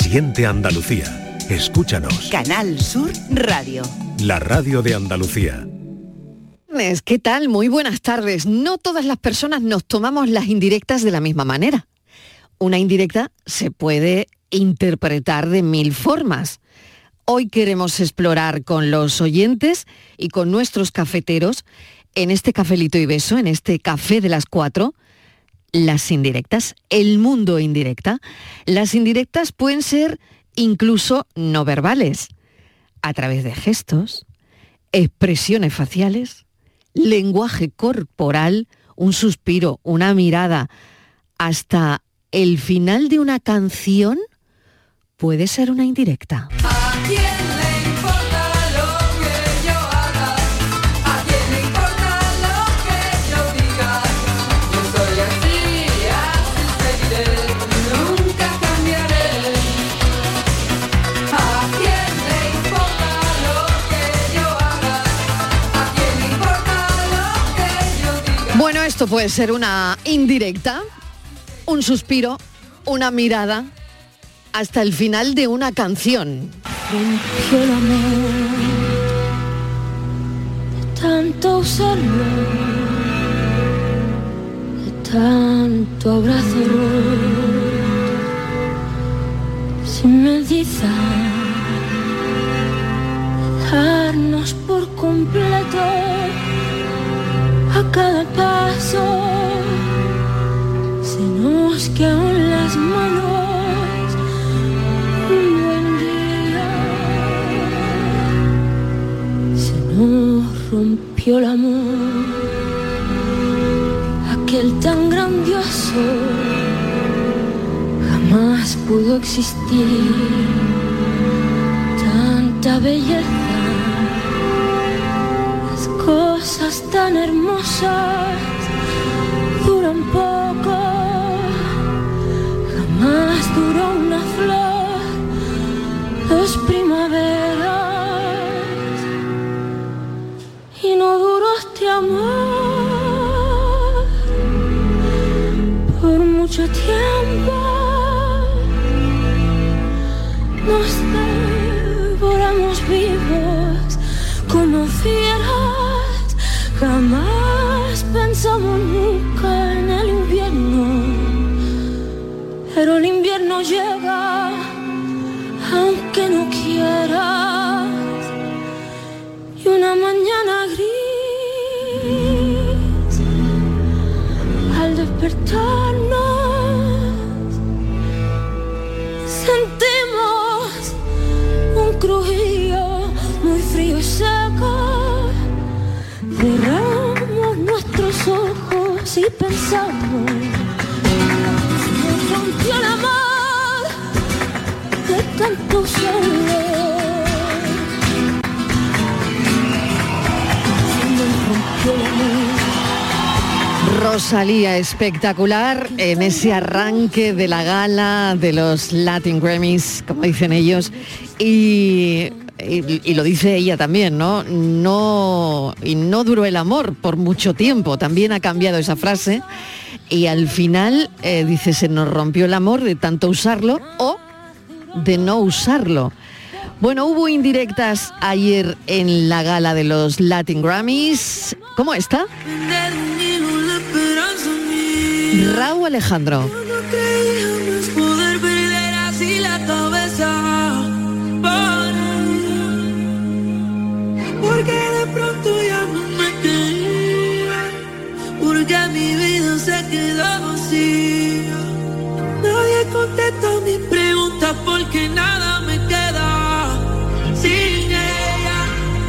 Siente Andalucía. Escúchanos. Canal Sur Radio. La radio de Andalucía. ¿Qué tal? Muy buenas tardes. No todas las personas nos tomamos las indirectas de la misma manera. Una indirecta se puede interpretar de 1000 formas. Hoy queremos explorar con los oyentes y con nuestros cafeteros, en este Cafelito y Beso, en este Café de las 4, las indirectas, el mundo indirecta. Las indirectas pueden ser incluso no verbales, a través de gestos, expresiones faciales, lenguaje corporal, un suspiro, una mirada, hasta el final de una canción puede ser una indirecta. ¿A quién le importa lo que yo haga? ¿A quién le importa lo que yo diga? Yo soy así, así seguiré, nunca cambiaré. ¿A quién le importa lo que yo haga? ¿A quién le importa lo que yo diga? Bueno, esto puede ser una indirecta, un suspiro, una mirada, hasta el final de una canción. Rompió el amor de tanto usarlo, de tanto abrazo, sin medidas, dejarnos por completo a cada paso. Se nos quedan las manos. Un buen día se nos rompió el amor, aquel tan grandioso jamás pudo existir. Tanta belleza, las cosas tan hermosas duran poco. Jamás duró una flor, 2 primaveras, y no duró este amor por mucho tiempo. Nos devoramos vivos como fieras. Jamás pensamos nunca en el invierno, pero el invierno llega aunque no quieras. Y una mañana gris, al despertarnos, sentimos un crujillo muy frío y seco. Cerramos nuestros ojos y pensamos: nos rompió el amor de tanto solo. Rosalía, espectacular en ese arranque de la gala de los Latin Grammys, como dicen ellos, y lo dice ella también, ¿no? Y no duró el amor por mucho tiempo, también ha cambiado esa frase, y al final dice: se nos rompió el amor de tanto usarlo o de no usarlo. Bueno, hubo indirectas ayer en la gala de los Latin Grammys. ¿Cómo está? Raúl Alejandro. No creíamos poder perder así la cabeza, porque de pronto ya no me quería, porque mi vida se quedó vacía. Nadie contesta mis preguntas porque nada me queda sin ella.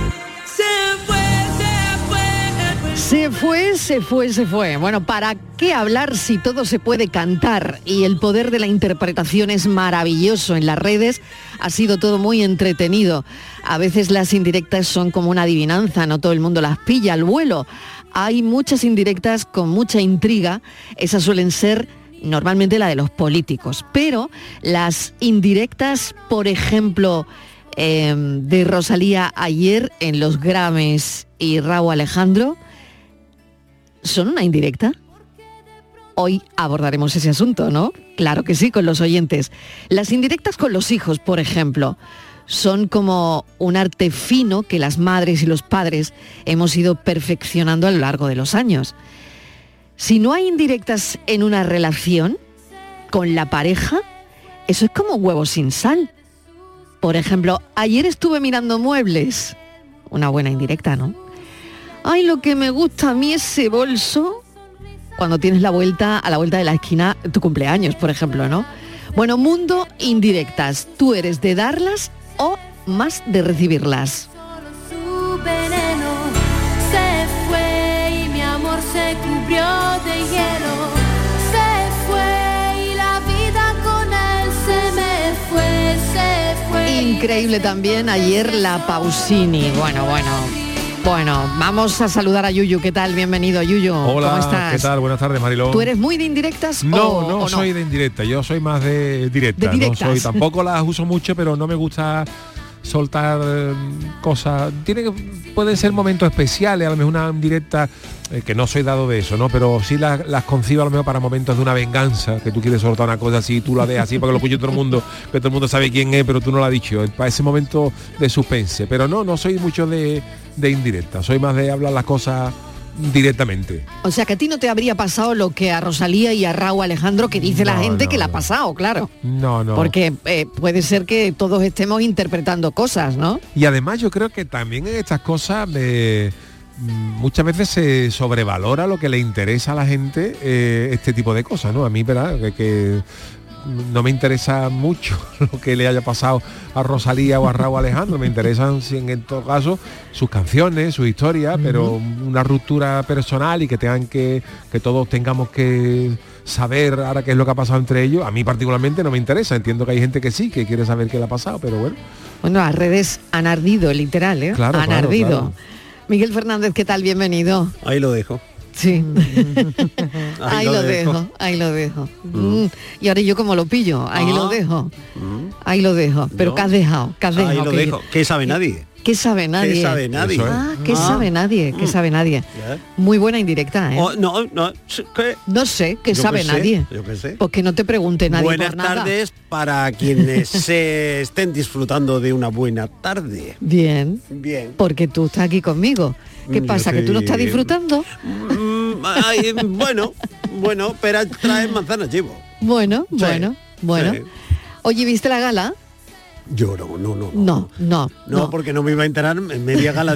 Se fue. Bueno, ¿para qué hablar si todo se puede cantar? Y el poder de la interpretación es maravilloso. En las redes ha sido todo muy entretenido. A veces las indirectas son como una adivinanza, no todo el mundo las pilla al vuelo. Hay muchas indirectas con mucha intriga. Esas suelen ser normalmente la de los políticos. Pero las indirectas, por ejemplo, de Rosalía ayer en los Grammys y Raúl Alejandro, ¿son una indirecta? Hoy abordaremos ese asunto, ¿no? Claro que sí, con los oyentes. Las indirectas con los hijos, por ejemplo, son como un arte fino que las madres y los padres hemos ido perfeccionando a lo largo de los años. Si no hay indirectas en una relación con la pareja, eso es como huevos sin sal. Por ejemplo, ayer estuve mirando muebles. Una buena indirecta, ¿no? Ay, lo que me gusta a mí ese bolso cuando tienes a la vuelta de la esquina tu cumpleaños, por ejemplo, ¿no? Bueno, mundo indirectas. ¿Tú eres de darlas o más de recibirlas? Su veneno se fue y mi amor se cubrió de hielo. Se fue y la vida con él se me fue, se fue. Increíble también ayer la Pausini. Bueno, vamos a saludar a Yuyu. ¿Qué tal? Bienvenido, Yuyu. Hola, ¿cómo estás? ¿qué tal? Buenas tardes, Mariló. ¿Tú eres muy de indirectas No, o no? soy de indirecta, yo soy más de directa. De directas. Tampoco las uso mucho, pero no me gusta soltar cosas. Pueden ser momentos especiales, a lo mejor una indirecta, que no soy dado de eso, ¿no? Pero sí las concibo a lo mejor para momentos de una venganza, que tú quieres soltar una cosa así, tú la dejas así para que lo escuche todo el mundo, que todo el mundo sabe quién es, pero tú no lo has dicho, para ese momento de suspense. Pero no soy mucho de indirecta, soy más de hablar las cosas directamente. O sea, que a ti no te habría pasado lo que a Rosalía y a Raúl Alejandro, que dice la gente que le ha pasado, claro. No. Porque puede ser que todos estemos interpretando cosas, ¿no? Y además yo creo que también en estas cosas muchas veces se sobrevalora lo que le interesa a la gente, este tipo de cosas, ¿no? A mí, ¿verdad? Que no me interesa mucho lo que le haya pasado a Rosalía o a Raúl Alejandro, me interesan en todo caso sus canciones, su historia, pero una ruptura personal y que tengan que todos tengamos que saber ahora qué es lo que ha pasado entre ellos, a mí particularmente no me interesa. Entiendo que hay gente que sí, que quiere saber qué le ha pasado, pero bueno. Bueno, las redes han ardido, literal, ¿eh? Claro, han claro, ardido. claro. Miguel Fernández, ¿qué tal? Bienvenido. Ahí lo dejo. Sí. Ahí lo dejo. Y ahora yo como lo pillo, ahí lo dejo. Ahí lo dejo. Pero No. ¿qué has dejado? Ahí lo dejo. ¿Qué sabe nadie? ¿Qué sabe nadie? ¿Qué sabe nadie? Eso es. ¿Qué sabe nadie? ¿Qué sabe nadie? Ya. Muy buena indirecta, ¿eh? Oh, no, ¿qué? No sé, ¿qué Yo sabe qué sé, nadie? yo qué sé. Porque no te pregunte nadie Buenas por nada. tardes para quienes se estén disfrutando de una buena tarde. Bien, Bien. porque tú estás aquí conmigo. ¿Qué Yo pasa? ¿Que tú no estás estoy- disfrutando? Bueno, pero trae manzanas llevo. Bueno. Sí. Oye, ¿viste la gala? Yo no. No. Porque no me iba a enterar en media gala.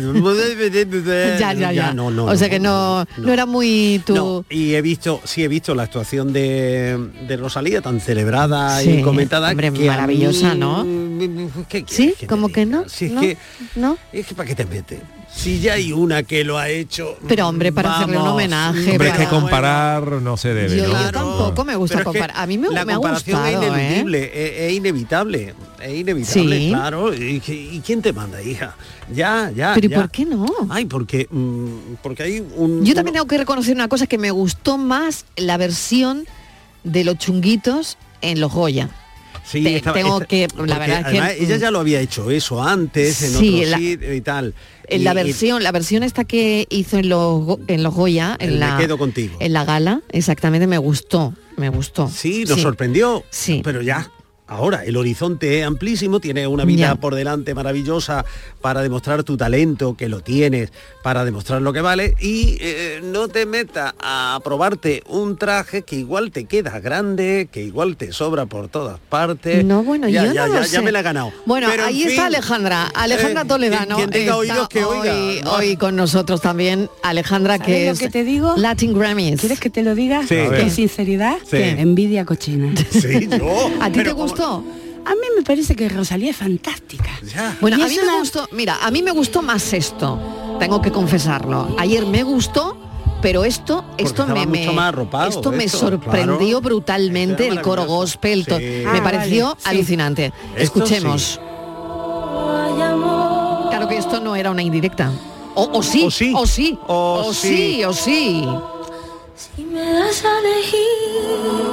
Ya. No, o sea que no era muy tu... No, y he visto la actuación de Rosalía tan celebrada Sí, y comentada, hombre, que a maravillosa, mí- ¿no? ¿Qué ¿Sí? quieres que ¿Cómo te que diga? no? Si es ¿No? que ¿No? es que ¿para qué te metes? Si ya hay una que lo ha hecho. Pero, hombre, para hacerle un homenaje, Hombre, es que para- comparar no se debe, Yo- ¿no? yo tampoco me gusta Pero es que comparar. A mí me la ha comparación gustado, es ineludible, es inevitable. Es inevitable, Sí. claro. ¿Y quién te manda, hija? Ya. Pero ¿y ya. por qué no? Ay, porque hay un... Yo también tengo que reconocer una cosa, que me gustó más la versión de los Chunguitos en los Goya. Sí, tengo que, la porque verdad es que además ella ya lo había hecho eso antes en Sí, otro la- sitio y tal. En la versión esta que hizo en los Goya, El Me quedo contigo. en la gala, exactamente, me gustó. Sí, nos sorprendió. Sí. Pero ya, ahora, el horizonte es amplísimo, tienes una vida Ya. por delante maravillosa para demostrar tu talento, que lo tienes, para demostrar lo que vale, y no te metas a probarte un traje que igual te queda grande, que igual te sobra por todas partes. No, bueno, ya, yo ya, no ya, lo ya sé. me la he ganado. Bueno, Pero, en ahí fin, está Alejandra Toledano. Quien tenga está oídos que oiga. Hoy con nosotros también, Alejandra, ¿Sabes que lo es que te digo? Latin Grammys. ¿Quieres que te lo diga? Sí. A ver. Con sinceridad, Sí. envidia cochina. Sí, yo. ¿A ti pero te como- gustó? A mí me parece que Rosalía es fantástica. Ya. Bueno, Y a es mí me una- gustó, mira, a mí me gustó más esto, tengo que confesarlo. Ayer me gustó, pero esto estaba mucho más arropado, esto me esto, sorprendió claro. brutalmente, Esto el era coro maravilloso. gospel, Sí. me Ah, pareció vale, sí. alucinante. Esto Escuchemos. sí. Hay amor. Claro que esto no era una indirecta. O sí, O sí. o sí, O o sí. sí, o sí. Si me das a elegir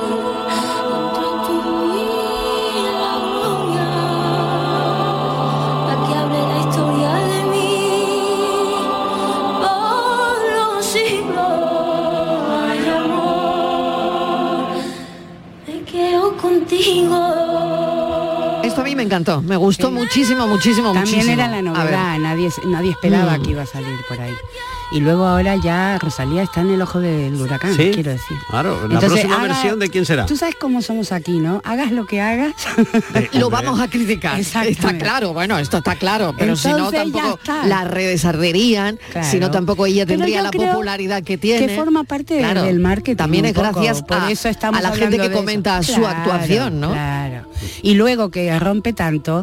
entre tú y la gloria, la que hable la historia de mí por los siglos. Hay amor. mí me encantó, me gustó muchísimo, muchísimo, También muchísimo. era la A ver. novedad, nadie esperaba que iba a salir por ahí. Y luego ahora ya Rosalía está en el ojo del huracán, Sí, quiero decir. claro. La próxima versión, ¿de quién será? Tú sabes cómo somos aquí, ¿no? Hagas lo que hagas. Lo vamos a criticar. Exactamente. Está claro, bueno, esto está claro, pero si no Entonces, ya tampoco está. las redes arderían, Claro. si no tampoco ella Pero tendría yo la creo popularidad que tiene. que forma parte Claro, del marketing. También un es poco, gracias por eso a estamos la gente hablando que de comenta eso. su Claro, actuación, ¿no? Claro. Y luego que rompe tanto,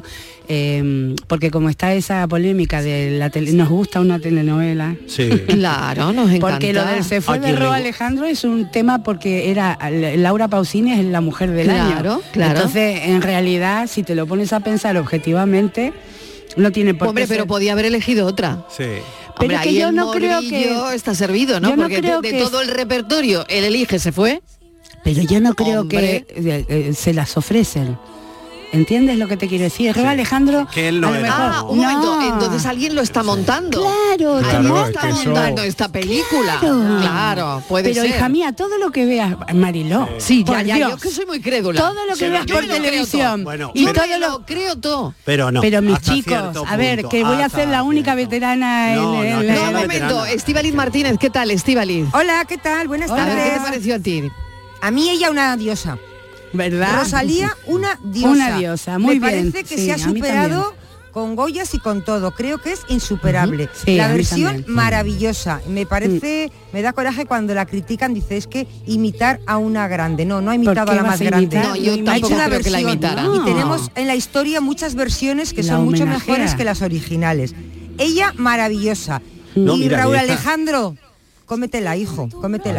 porque como está esa polémica de la nos gusta una telenovela. Sí. Claro, nos encanta. Porque lo del Se fue ¿A de quién le Ro gu- Alejandro es un tema porque era Laura Pausini es la mujer del año. Claro, claro. Entonces, en realidad, si te lo pones a pensar objetivamente, no tiene por Hombre, qué pero ser. podía haber elegido otra. Sí. Pero Hombre, es que ahí yo el no creo Morillo que- está servido, ¿no? yo no Porque creo de que todo el repertorio, él elige, se fue. Pero yo no creo Hombre. que se las ofrecen. ¿Entiendes lo que te quiero decir? Ro Alejandro. Que él no a lo era. mejor- Ah, un momento, entonces alguien lo está montando. Claro, Claro, Alguien es está que eso- montando esta película. Claro. Claro, puede Pero ser. hija mía, todo lo que veas, Mariló. Sí, ya, por ya, Dios, yo que soy muy crédula. todo lo que Se lo- veas yo por me lo creo televisión todo. Bueno, y Yo todo me lo lo creo todo. Pero no. pero mis hasta chicos, cierto a ver, punto, que voy a hasta ser la única cierto. veterana No, en no, el- que No, sea un momento, veterana. Estíbaliz Martínez, ¿qué tal, Estíbaliz? Hola, ¿qué tal? Buenas A ver, ¿qué te tardes. pareció a ti? A mí ella una diosa. ¿verdad? Rosalía, una diosa. Una diosa, muy Me bien. parece que Sí, se ha a mí superado con Goyas y con todo. Creo que es insuperable. Sí, la a mí versión también. maravillosa. Me parece, me da coraje cuando la critican, dice, es que imitar a una grande. No, no ha imitado qué a la vas más a grande. imitar? No, yo Ha Ha hecho tampoco una creo que la versión. imitara. No. Y tenemos en la historia muchas versiones que La son mucho homenajera. mejores que las originales. Ella maravillosa. No, y mira, Raúl y esta- Alejandro, cómetela, hijo, cómetela.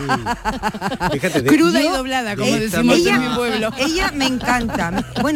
Fíjate, Cruda y Yo- doblada, como ella- decimos ella, en mi pueblo. ella me encanta. Bueno,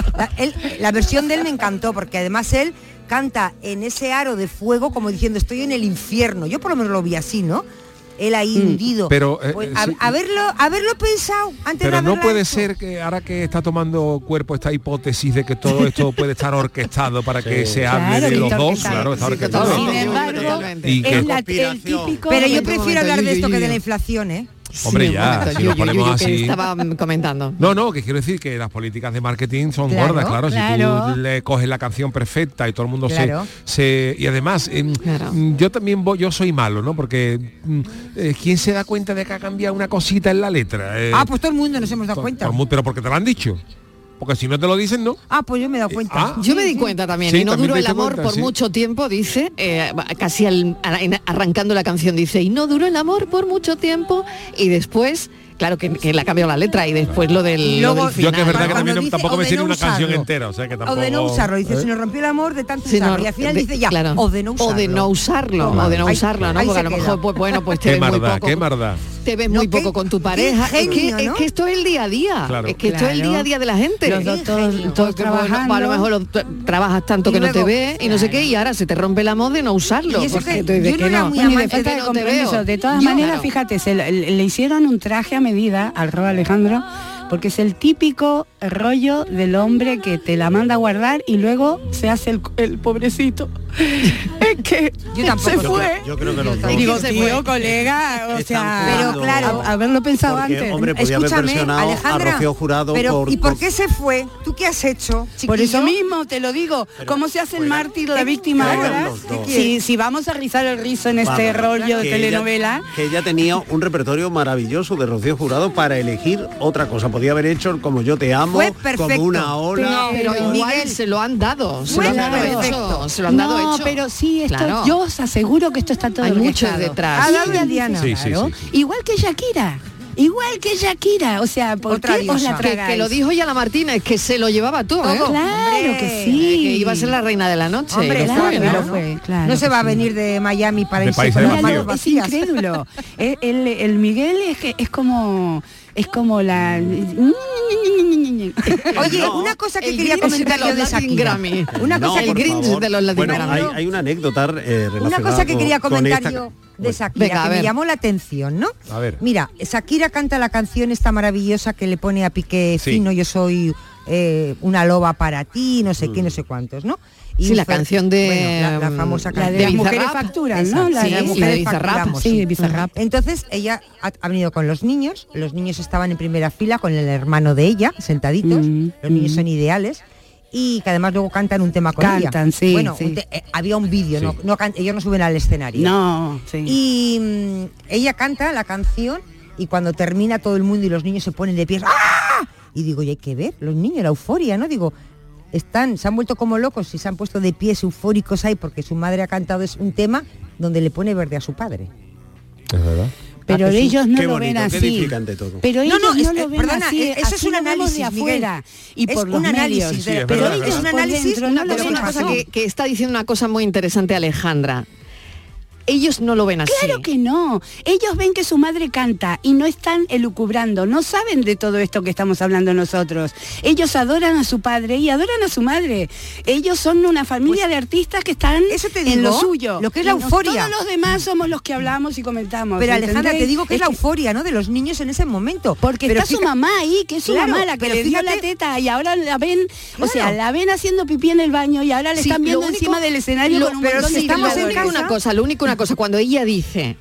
la versión de él me encantó porque además él canta en ese aro de fuego como diciendo estoy en el infierno. Yo por lo menos lo vi así, ¿no? Él ahí hundido. pero, Pues, sí. haberlo pensado antes de Pero no haberla puede hecho. ser que ahora que está tomando cuerpo esta hipótesis de que todo esto puede estar orquestado para que se hable Claro, de que los está dos, orquestado. claro, está Sí, orquestado. totalmente. Sin embargo, Totalmente. Y que- es el Conspiración. típico. Pero yo Momento, prefiero momento, hablar de esto Yuyu, que de Yuyu. la inflación, ¿eh? Hombre, Sí, ya, un momento, si lo Yuyu, ponemos Yuyu, que así. estaba comentando. No, que quiero decir que las políticas de marketing son Claro, gordas, claro. claro. Si tú le coges la canción perfecta y todo el mundo Claro. y además, Claro. yo también yo soy malo, ¿no? Porque ¿quién se da cuenta de que ha cambiado una cosita en la letra? Pues todo el mundo nos hemos dado cuenta. Pero porque te lo han dicho. Porque si no te lo dicen, ¿no? Pues yo me he dado cuenta. ah. Yo me di cuenta también, Sí, y no también duró te el diste amor cuenta, por sí. mucho tiempo, dice, casi arrancando la canción, dice, y no duró el amor por mucho tiempo, y después, claro que le ha cambiado la letra, y después lo del, Luego- lo del final. Yo que es verdad que Cuando también dice, tampoco o me de sé no una canción usarlo. entera, o sea que O tampoco. de no usarlo, dice, ¿eh? se nos rompió el amor de tanto Sí, usarlo. no, y al final de- dice ya, claro. o de no usarlo. O de no usarlo, o de no Ahí- usarlo, ¿no? ahí Porque a se lo queda. mejor, pues bueno, pues te Qué ves muy maldad, poco. qué maldad. Te ves No, muy qué- poco con tu qué pareja. genio, ¿no? Es que esto es el día a día. Claro. Es que esto es el Claro. día a día de la gente. Los dos todos Porque, bueno, trabajando. a lo mejor trabajas tanto Y que no te luego- ves y no sé qué, y ahora se te rompe la moda de no usarlo. Y eso porque que tú dices yo no que era no. muy Bueno, y de amante falta que de no te compromiso. veo. De todas Yo, maneras, claro. fíjate, le hicieron un traje a medida al Ro Alejandro, porque es el típico rollo del hombre que te la manda a guardar y luego se hace el pobrecito. Es que Yo tampoco. se fue. Yo creo que los dos. Digo, se tío, fue. colega, o Están sea, Pero claro, haberlo pensado Porque, antes. hombre, podía haber Escúchame, versionado a Alejandra, Rocío Jurado pero por... ¿y por qué se fue? ¿Tú qué has hecho, Por eso chiquillo? mismo te lo digo, ¿cómo se hace el mártir, la víctima juegan ahora? los dos. Si vamos a rizar el rizo en este Vamos, rollo de que telenovela, que ella tenía un repertorio maravilloso de Rocío Jurado para elegir otra cosa. Podía haber hecho Como yo te amo, Fue perfecto. Como una ola. Pero Pero igual Miguel, se lo han dado, se fue lo han dado perfecto. hecho, se lo han dado no, hecho. pero sí, esto, Claro. yo os aseguro que esto está todo Hay mucho orquestado. detrás. Ha dado Y ella Diana. dice, Sí, sí, claro, sí. igual que Shakira. Igual que Shakira, o sea, ¿por Otra qué os la diosa. tragáis? Que lo dijo ya la Martínez, que se lo llevaba todo, ¿eh? Todo. Claro Hombre, que sí. Que iba a ser la reina de la noche. Hombre, y lo claro, fue, que ¿no? lo fue, claro No se que va a sí. venir de Miami para De irse países con las vacíos. manos Es vacías. incrédulo. El Miguel es como la... Oye, No. una cosa que El quería Grinch comentar de yo los de Latin Shakira. Grammy. Una No, cosa, el por Grinch favor. de los Latin Bueno, Grammy. hay una anécdota relacionada una cosa que quería con comentar esta- yo de Shakira, Venga, a que me ver. llamó la atención, ¿no? A ver. Mira, Shakira canta la canción esta maravillosa que le pone a Piqué Sí. Fino, yo soy una loba para ti, no sé qué, no sé cuántos, ¿no? Sí, la canción de, bueno, la famosa La de de las mujeres Bizarrap. facturan, ¿no? Exacto, La sí, de las y de mujeres Bizarrap, facturamos, sí, Bizarrap. Entonces ella ha venido con los niños estaban en primera fila con el hermano de ella, sentaditos, los niños son ideales, y que además luego cantan un tema con Cantan, ella. sí, Bueno, sí. había un vídeo, ellos no suben al escenario. No, sí. Y ella canta la canción y cuando termina todo el mundo y los niños se ponen de pie. ¡Ah! Y digo, y hay que ver, los niños, la euforia, ¿no? Digo, se han vuelto como locos y se han puesto de pies eufóricos ahí porque su madre ha cantado un tema donde le pone verde a su padre. Es verdad. Pero ¿A que sí? ellos no Qué lo bonito, ven qué así. edificante todo. Pero ellos no, lo ven perdona, así. eso es Aquí un lo vemos análisis, de afuera y Es por un los análisis medios. Sí, es pero verdad, ellos es un por análisis, dentro no lo pero ven una cosa así. que está diciendo una cosa muy interesante Alejandra. Ellos no lo ven así. Claro que no. Ellos ven que su madre canta y no están elucubrando, no saben de todo esto que estamos hablando nosotros. Ellos adoran a su padre y adoran a su madre. Ellos son una familia de artistas que están eso te en lo digo, suyo. lo que es la Y euforia. Todos los demás somos los que hablamos y comentamos. Pero Alejandra, ¿entendéis? te digo que es la euforia, ¿no? De los niños en ese momento. Porque Pero está su fíjate- mamá ahí, que es su Claro, mamá la que pero le dio la fíjate- teta y ahora la ven, o sea, Claro. la ven haciendo pipí en el baño y ahora le Sí, están viendo lo único- encima del escenario con un pero montón si de estamos en vibradores. casa- Lo único una cosa, cuando ella dice,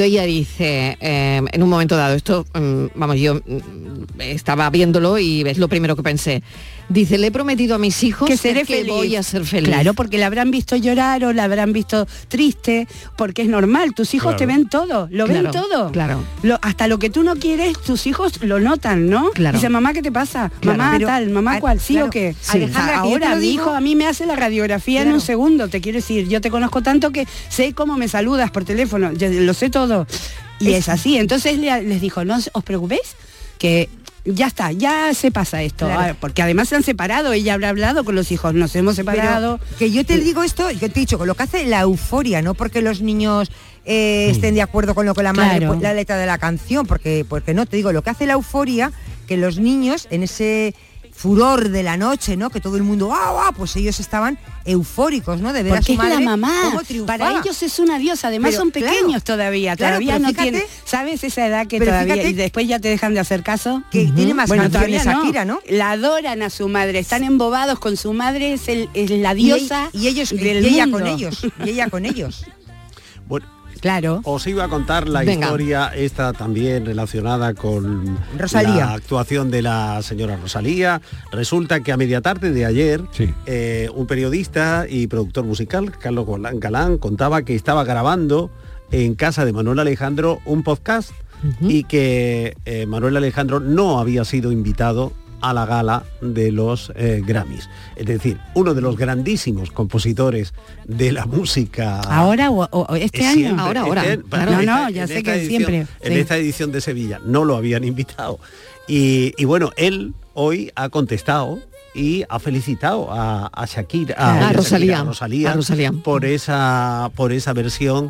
en un momento dado, esto, yo estaba viéndolo y es lo primero que pensé. Dice, le he prometido a mis hijos que seré feliz. voy a ser feliz. Claro, porque la habrán visto llorar o la habrán visto triste, porque es normal, tus hijos Claro. te ven todo, lo ven Claro, todo. claro. Hasta lo que tú no quieres, tus hijos lo notan, ¿no? Claro. Dice, mamá, ¿qué te pasa? Claro. Mamá Pero, tal, mamá cual, ¿sí claro, o qué? Sí. Alejandra, que yo te ahora lo mi digo- hijo a mí me hace la radiografía en Claro. un segundo, te quiero decir, yo te conozco tanto que sé cómo me saludas por teléfono, yo lo sé todo. Y es así, entonces les dijo, no os preocupéis, que ya está, ya se pasa esto. Claro. Porque además se han separado, ella habrá hablado con los hijos, nos hemos separado. Pero que yo te digo esto, yo te he dicho, con lo que hace la euforia, no porque los niños estén de acuerdo con lo que la madre, Claro. pues, la letra de la canción, porque no, te digo, lo que hace la euforia, que los niños en ese furor de la noche, ¿no? Que todo el mundo, pues ellos estaban eufóricos, ¿no? De ver a Porque su es madre la mamá, cómo triunfaba. para ellos es una diosa, además Pero, son claro, pequeños todavía, claro, todavía pero no fíjate- tienen, ¿sabes esa edad que pero todavía, fíjate y después ya te dejan de hacer caso? que tiene más Bueno, canciones todavía Shakira, ¿no? La adoran a su madre, están embobados con su madre, es la diosa y ellos del y ella mundo. con ellos, y ella con ellos. Bueno, Claro. os iba a contar la Venga. historia esta también relacionada con Rosalía. la actuación de la señora Rosalía. Resulta que a media tarde de ayer, Sí. un periodista y productor musical, Carlos Galán, contaba que estaba grabando en casa de Manuel Alejandro un podcast y que Manuel Alejandro no había sido invitado a la gala de los Grammys. Es decir, uno de los grandísimos compositores de la música Ahora o este año. siempre, Ahora, en claro. No, esta- ya en sé esta que edición- siempre, En sí. esta edición de Sevilla no lo habían invitado. Y bueno, él hoy ha contestado y ha felicitado a Shakira, A Rosalía. a A Rosalía. por esa versión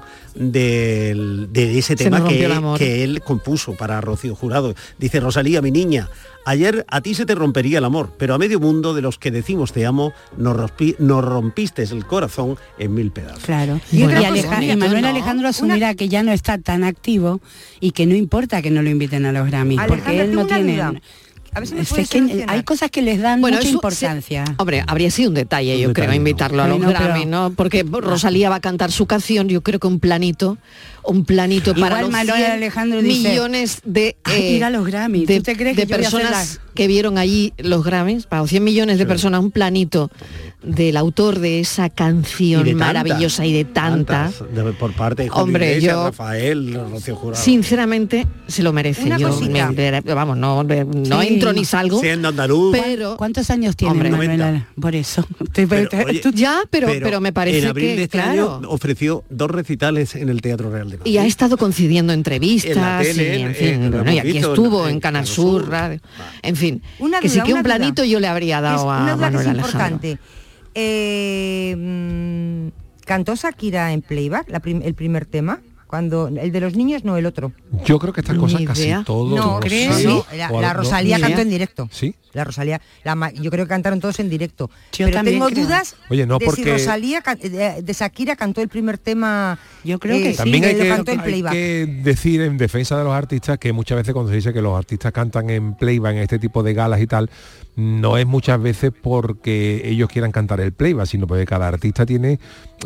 de ese Se tema nos rompió el amor. que él compuso para Rocío Jurado. Dice, Rosalía, mi niña, ayer a ti se te rompería el amor, pero a medio mundo de los que decimos te amo, nos rompiste el corazón en 1000 pedazos. Claro. Y Y, otra cosa, y Manuel ¿no? Alejandro asumirá que ya no está tan activo y que no importa que no lo inviten a los Grammys, porque Alejandra, él tengo no una tiene... duda. A ver si me Es puedes que solucionar. hay cosas que les dan mucha eso importancia. hombre, habría sido un detalle, yo creo, detalle, ¿no? invitarlo a Ay, los no, pero- Grammy, ¿no? Porque Rosalía va a cantar su canción, yo creo que un planito Igual para los Manuel 100 Alejandro dice, millones de ir a los Grammy. de, ¿Tú te crees de que yo voy a hacer personas que vieron allí los Grammys, para 100 millones de personas, un planito del autor de esa canción Y de tantas, maravillosa y de tantas. por parte de Julio Hombre, Iglesias, yo- Rafael, Rocío Jurado. Sinceramente se lo merece. Una Yo cosita. vamos, no Sí. entro ni salgo, Siendo andaluz. pero ¿Cuántos años tiene Hombre, Manuel? 90. Por eso. Pero, oye, ya, pero me parece en abril que, de este claro. año ofreció 2 recitales en el Teatro Real de Madrid. Y ha estado concediendo entrevistas, En la tele, y, en fin, lo bueno, y hemos aquí visto estuvo en en Canal Canal Sur, Sur. Radio. En fin, Una que sí duda, que un una duda. planito yo le habría Es dado una a duda que Manuel es Alejandro. importante. ¿Cantó Shakira en playback el primer tema? Cuando el de los niños, no el otro. Yo creo que estas Ni cosas casi idea. todos. No, ¿crees? no, Sí. la O no. Rosalía Ni cantó idea. en directo. ¿Sí? La Rosalía, yo creo que cantaron todos en directo. Yo Pero también tengo creo. dudas Oye, no, de porque- si Rosalía de Shakira cantó el primer tema. Yo creo que sí. También hay lo cantó en hay playback. que decir en defensa de los artistas que muchas veces cuando se dice que los artistas cantan en playback en este tipo de galas y tal, no es muchas veces porque ellos quieran cantar el playback, sino porque cada artista tiene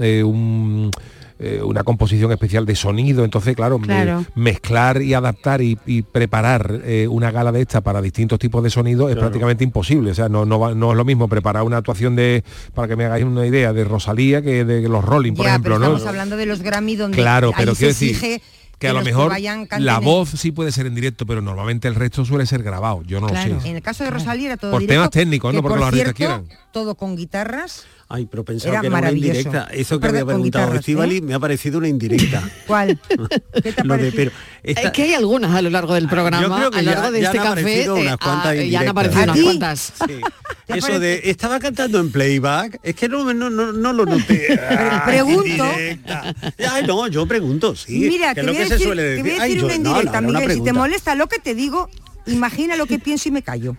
una composición especial de sonido, entonces claro. Mezclar y adaptar y preparar una gala de esta para distintos tipos de sonido es prácticamente imposible, o sea, no es lo mismo preparar una actuación para que me hagáis una idea, de Rosalía que de los Rolling, por ejemplo, pero ¿no? estamos hablando de los Grammy donde claro, pero ahí quiero se exige decir que a lo los mejor vayan la voz sí puede ser en directo, pero normalmente el resto suele ser grabado, yo no lo sé. En el caso de Rosalía era todo por directo, temas técnicos, no que, porque por los artistas cierto, quieran. todo con guitarras. Ay, pero pensaba Era que era una maravilloso. indirecta. Eso que Perdón, había con preguntado guitarras, Estíbaliz me ha parecido una indirecta. ¿Cuál? ¿Qué te ha Lo de, parecido? pero esta- Es que hay algunas a lo largo del programa, Yo creo que a lo largo de ya este han café, aparecido unas cuantas ya han indirectas. aparecido ¿A unas ti? cuantas. Sí. Eso de estaba cantando en playback, es que no lo noté. Pregunto. Indirecta. Ay, no, yo pregunto, sí. Mira, que te es lo voy a que se decir, suele te decir. voy a Ay, decir yo- una no, indirecta, una Miguel, si te pregunta. molesta lo que te digo, imagina lo que pienso y me callo.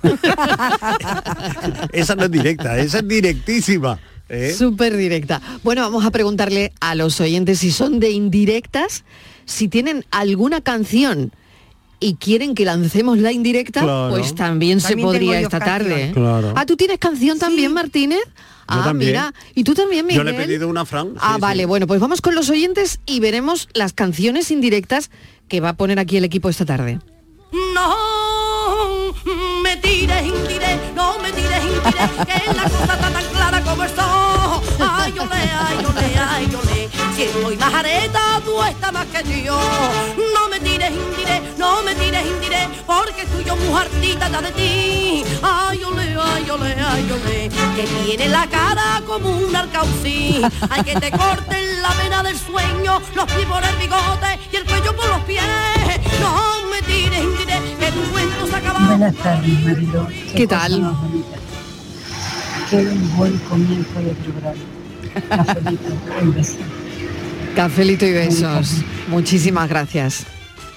Esa no es directa, esa es directísima. Súper directa. Bueno, vamos a preguntarle a los oyentes si son de indirectas, si tienen alguna canción y quieren que lancemos la indirecta, Claro. pues también se También tengo podría yo esta canción. tarde. ¿eh? Claro. Ah, ¿tú tienes canción también, Martínez? Ah, también. mira. ¿Y tú también, Miguel? Yo le he pedido una Fran. Ah, sí, vale, sí. bueno, pues vamos con los oyentes y veremos las canciones indirectas que va a poner aquí el equipo esta tarde. No me tires, indire, no me tires, indire, que la cosa está tan clara como el sol. Ay, olé, ay, olé, ay, olé. Si estoy más areta, tú estás más que yo. No me tires, indire, no me tires, indire, porque estoy yo muy hartita ya de ti. Ay, olé, ay, olé, ay, olé. Que tiene la cara como un arcaucí. Hay que te corten la vena del sueño, los pies por el bigote y el cuello por los pies. No me tires, indire, que tu cuento se ha acabado. Buenas tardes, Marilo. ¿Qué tal? cosa más bonita. Qué un buen comienzo de programa. Cafelito, un beso. Cafelito y besos. Muchísimas gracias.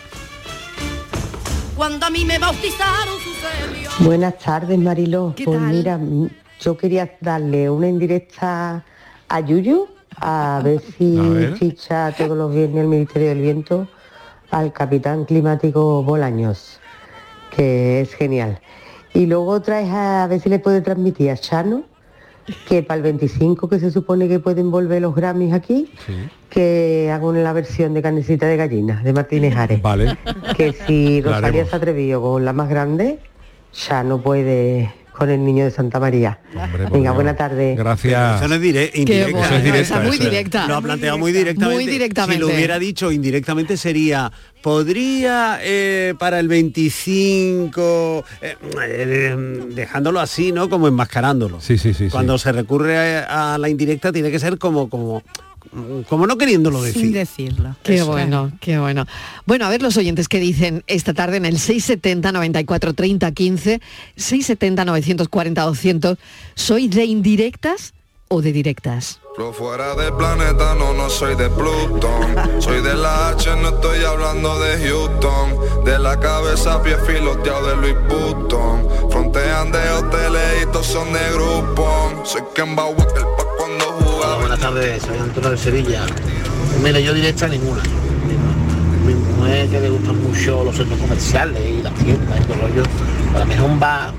Cuando a mí me bautizaron sucedió. Buenas tardes, Marilo. ¿Qué Pues tal? mira, yo quería darle una indirecta a Yuyu, a ver si A ver. ficha todos los viernes el Ministerio del Viento al capitán climático Bolaños, que es genial. Y luego otra es a ver si le puede transmitir a Chano, que para el 25, que se supone que pueden volver los Grammys aquí, que hagan la versión de Carnecita de Gallina, de Martínez Ares. Vale. Que si Lo Rosalía haremos. se ha atrevido con la más grande, ya no puede con el niño de Santa María. Hombre, por Venga, Dios. buena tarde. Gracias. Eso no es Qué indirecta. bueno, Eso es directa, esa muy eso es. directa. Lo ha planteado muy directamente. Muy directamente. Si lo hubiera dicho indirectamente sería, podría para el 25, dejándolo así, ¿no? Como enmascarándolo. Sí. Cuando se recurre a la indirecta tiene que ser como no queriéndolo decir. Sin decirlo. Qué Eso. bueno, qué bueno. Bueno, a ver los oyentes que dicen esta tarde en el 670 94 30 15, 670 940 200. ¿Soy de indirectas o de directas? Lo fuera del planeta, no soy de Plutón. Soy de la H, no estoy hablando de Houston. De la cabeza, pie filoteado de Louis Vuitton. Frontean de hoteles y todos son de Groupon. Soy Kemba Walker pa' cuando jugaba. Buenas tardes, soy Antonio de Sevilla. Mira, yo directa ninguna. Mi mujer, que le gustan mucho los centros comerciales y las tiendas y todo el rollo, para mí es un bar.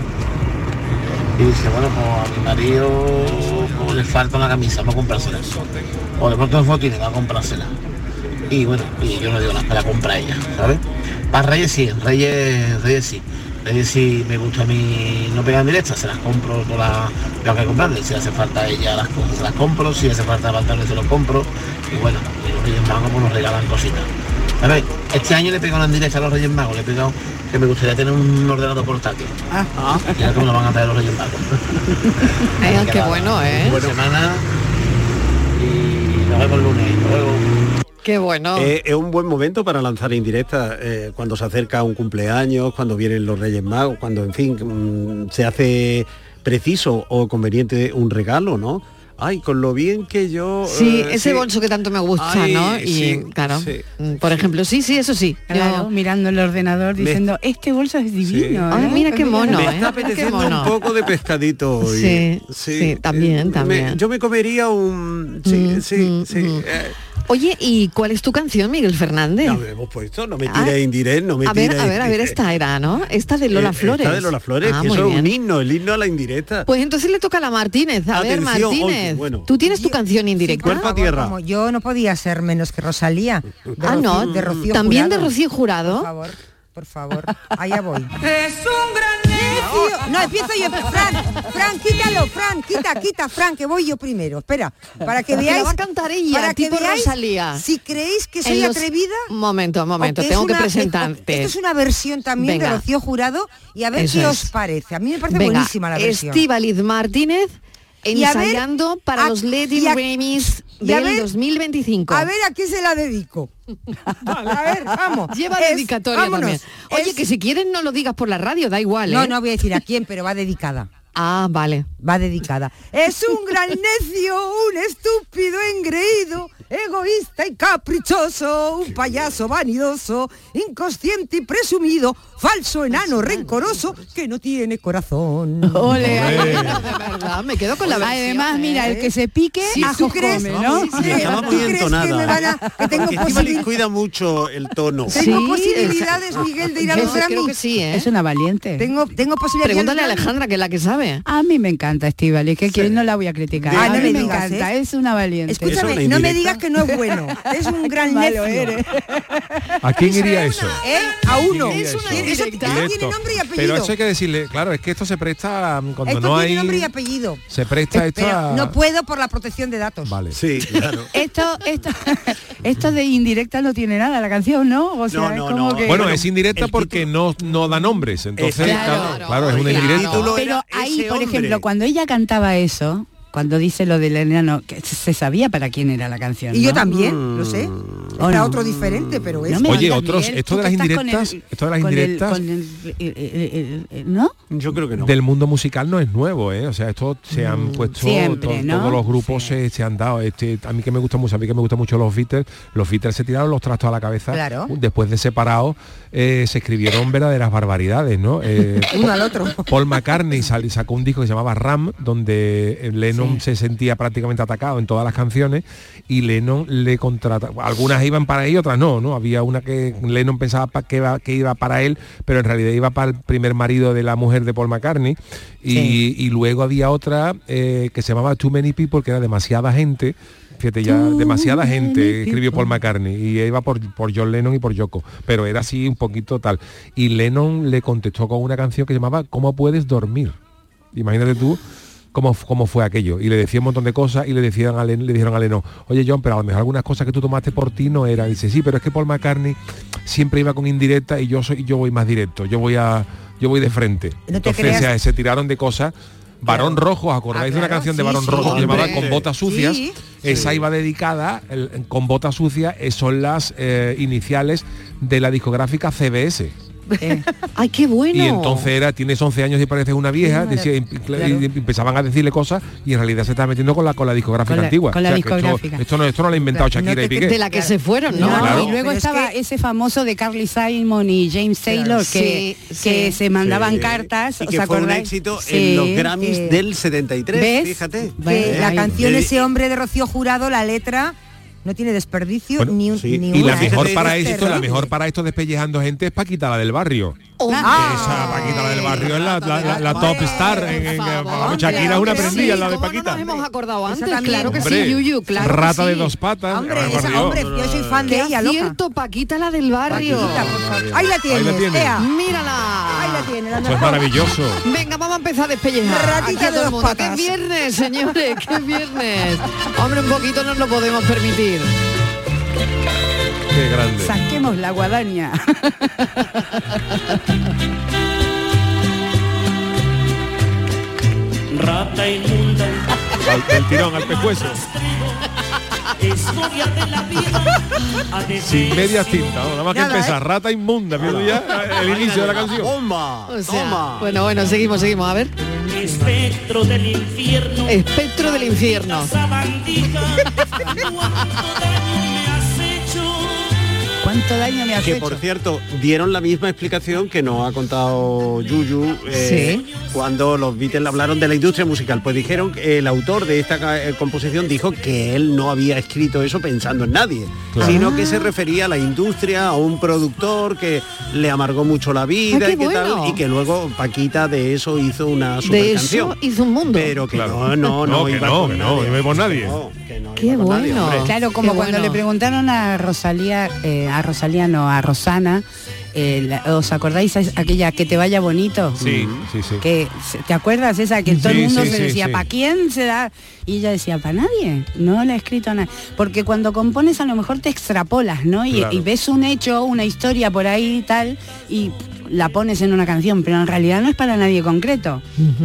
Y dice, bueno, pues a mi marido pues, le falta una camisa para comprársela. O de pronto en foto va a comprársela. Y bueno, y yo no digo nada, me la compra ella, ¿sabes? Para Reyes sí, Reyes sí. Reyes sí me gusta a mí no pegar directas, se las compro todas las tengo que comprarle. Si hace falta a ella las cosas se las compro, si hace falta pantalones se los compro. Y bueno, y los Reyes Magos pues nos regalan cositas. A ver, este año le he pegado una directa a los Reyes Magos, le he pegado que me gustaría tener un ordenador portátil. Ya que me lo van a traer los Reyes Magos. Qué bueno, ¿eh? Buena semana y nos vemos el lunes. Hasta luego. Qué bueno. Es un buen momento para lanzar indirectas cuando se acerca un cumpleaños, cuando vienen los Reyes Magos, cuando, en fin, se hace preciso o conveniente un regalo, ¿no? Ay, con lo bien que yo... Sí, ese bolso que tanto me gusta, Ay, ¿no? Y sí, claro, sí. por ejemplo, sí, eso sí. Claro, Yo- mirando el ordenador diciendo, este bolso es divino. Ay, ¿eh? mira qué mono, Me ¿eh? está Qué apeteciendo mono. un poco de pescadito hoy. Sí, sí, también. Yo me comería un... Sí. Oye, ¿y cuál es tu canción, Miguel Fernández? No me hemos puesto, no me tires indirecto, no me tires. A ver, esta era, ¿no? Esta de Lola Flores. Esta de Lola Flores, que muy eso es bien. un himno, el himno a la indirecta. Pues entonces le toca a la Martínez. A ver, Atención, Martínez, oye, bueno. ¿tú tienes tu canción indirecta? Cuerpo a tierra. Como yo no podía ser menos que Rosalía. No, de Rocío también Jurado. de Rocío Jurado. Por favor, allá voy. Es un gran necio. No, empiezo yo. Fran, quítalo, Fran, quita, Fran, que voy yo primero. Espera, para que Que veáis. la va a cantar ella, para que tipo veáis Rosalía. si creéis que soy En los- atrevida. Momento, o que tengo es que una- presentarte. Esto es una versión también Venga. de Rocío Jurado y a ver Eso qué es. os parece. A mí me parece Venga, buenísima la versión. Estíbaliz Martínez Y a ver, ensayando para los Lady Grammys y a del ver- 2025. A ver a quién se la dedico. A ver, vamos. Lleva Es- dedicatoria vámonos. también. Oye, Es- que si quieres no lo digas por la radio, da igual, ¿eh? No voy a decir a quién, pero va dedicada. Ah, vale. Va dedicada. Es un gran necio, un estúpido engreído, egoísta y caprichoso, un payaso vanidoso, inconsciente y presumido, falso enano rencoroso que no tiene corazón. Ole. De verdad, me quedo con la versión. Además, mira, el que se pique, Si ajos tú crees, come, ¿no? Y estaba muy ¿tú crees que me van entonada. a- que tengo Porque Estíbaliz posibil- cuida mucho el tono. Tengo Sí, posibilidades, Miguel, de ir a los Creo Grammy. que sí, ¿eh? Es una valiente. Tengo posibilidades. Pregúntale a de ir los Grammy. Alejandra, que es la que sabe. A mí me encanta Estíbaliz, que quien no la voy a criticar. Ah, a no mí me me digas, encanta, ¿eh? es una valiente. ¿Eso es Escúchame, una no me indirecta? digas que no es bueno. Es un gran malo necio. eres. ¿A quién iría eso? A uno. Es una Eso indirecta. tiene Directo. nombre y apellido. Pero eso hay que decirle, claro, es que esto se presta cuando Esto no tiene hay. nombre y apellido. Se presta esto Pero a. no puedo por la protección de datos. Vale. Sí, claro. Esto de indirecta no tiene nada la canción, ¿no? O sea, No, es no, como no. que... Bueno, es indirecta el porque no da nombres, entonces Claro. claro, es una El indirecta. título Pero era ahí, ese por hombre. ejemplo, cuando ella cantaba eso, cuando dice lo del enano, que se sabía para quién era la canción, Y yo ¿no? también, lo sé. ¿O Era no? otro diferente, pero es. No me Oye, digas, otros- Miguel, esto tú de las que estás con indirectas, el- esto de las con el- indirectas- con ¿no? Yo creo que no. Del mundo musical no es nuevo, ¿eh? O sea, esto se han puesto Siempre, ¿no? todos los grupos se han dado. A mí que me gusta mucho los Beatles se tiraron los trastos a la cabeza. Claro. Después de separados se escribieron verdaderas barbaridades, ¿no? Uno al otro. Paul McCartney sacó un disco que se llamaba Ram, donde Lennon se sentía prácticamente atacado en todas las canciones y Lennon le contrata. Algunas iban para él y otras no. Había una que Lennon pensaba que iba para él, pero en realidad iba para el primer marido de la mujer de Paul McCartney. Y luego había otra que se llamaba Too Many People, que era demasiada gente. Fíjate, ya demasiada gente escribió Paul McCartney y iba por John Lennon y por Yoko, pero era así un poquito tal. Y Lennon le contestó con una canción que se llamaba ¿Cómo puedes dormir? Imagínate tú cómo fue aquello. Y le decía un montón de cosas y le dijeron a Lennon, oye John, pero a lo mejor algunas cosas que tú tomaste por ti no eran. Y dice, sí, pero es que Paul McCartney siempre iba con indirecta y yo voy más directo, yo voy de frente. No te Entonces creas. se tiraron de cosas. Barón Rojo, ¿os acordáis de una claro, canción de sí, Barón sí, Rojo que hombre. llamaba Con botas sucias? Sí. Esa iba dedicada, con botas sucias, son las iniciales de la discográfica CBS. Ay, qué bueno. Y entonces tienes 11 años y pareces una vieja, decía, y empezaban a decirle cosas y en realidad se estaba metiendo con la discográfica antigua. con la que discográfica. Esto no lo ha inventado Shakira y Piqué. De la que se fueron, ¿no? No, Claro. y luego Pero es estaba que- ese famoso de Carly Simon y James Taylor que se mandaban Sí. cartas, Y ¿os que fue un acordáis? éxito Sí. en los Grammys del 73, ¿Ves? fíjate. Que la Ay, canción eh, Ese hombre de Rocío Jurado, la letra no tiene desperdicio Bueno, ni un sí. ni Y la una. mejor Es para terrible. esto, la mejor para esto despellejando gente es Paquita, la del barrio. Esa Paquita, la del barrio es la top star. Shakira es una prendida, la de ¿Cómo Paquita. no nos hemos acordado Esa antes? también. Claro que Hombre, sí, Yuyu, claro que Rata de sí. dos patas. Hombre, por esa, Dios. hombre, yo soy fan de Qué ella, loca. acierto, Paquita, la del barrio. Paquita, por favor. Ahí la tienes, la tienes. ea. Mírala. Ahí la tienes, la Eso es mejor. maravilloso. Venga, vamos a empezar a despellejar. Ratita Aquí a de todo el dos mundo. patas. ¡Qué viernes, señores! ¡Qué viernes! Hombre, un poquito nos lo podemos permitir. Qué grande. Saquemos la guadaña. Rata inmunda, Del tirón al pescuezo. escoria de la vida, a Sin medias tintas, nada más que Nada, empezar. Rata inmunda, viendo ya el inicio de la canción. Toma, O sea, toma. bueno, seguimos. A ver. espectro del infierno, Espectro del infierno. sabandija, cuánto daño me has hecho. ¿Cuánto daño me has Que hecho? por cierto, dieron la misma explicación que nos ha contado Yuyu cuando los Beatles hablaron de la industria musical. Pues dijeron que el autor de esta composición dijo que él no había escrito eso pensando en nadie, sino que se refería a la industria, a un productor que le amargó mucho la vida qué y que bueno. tal, y que luego Paquita de eso hizo una super De canción. eso hizo un mundo. Pero que Claro. no que iba no, por que no, nadie. iba por nadie. Qué bueno. Claro, como Qué cuando bueno. le preguntaron a Rosalía, a Rosana, ¿os acordáis aquella que te vaya bonito? Sí. Que ¿te acuerdas esa que todo el Sí, mundo sí, se sí, decía, sí. ¿para quién se da? Y ella decía, para nadie, no le he escrito a nadie. Porque cuando compones a lo mejor te extrapolas, ¿no? Claro. Y ves un hecho, una historia por ahí y tal, y la pones en una canción, pero en realidad no es para nadie concreto.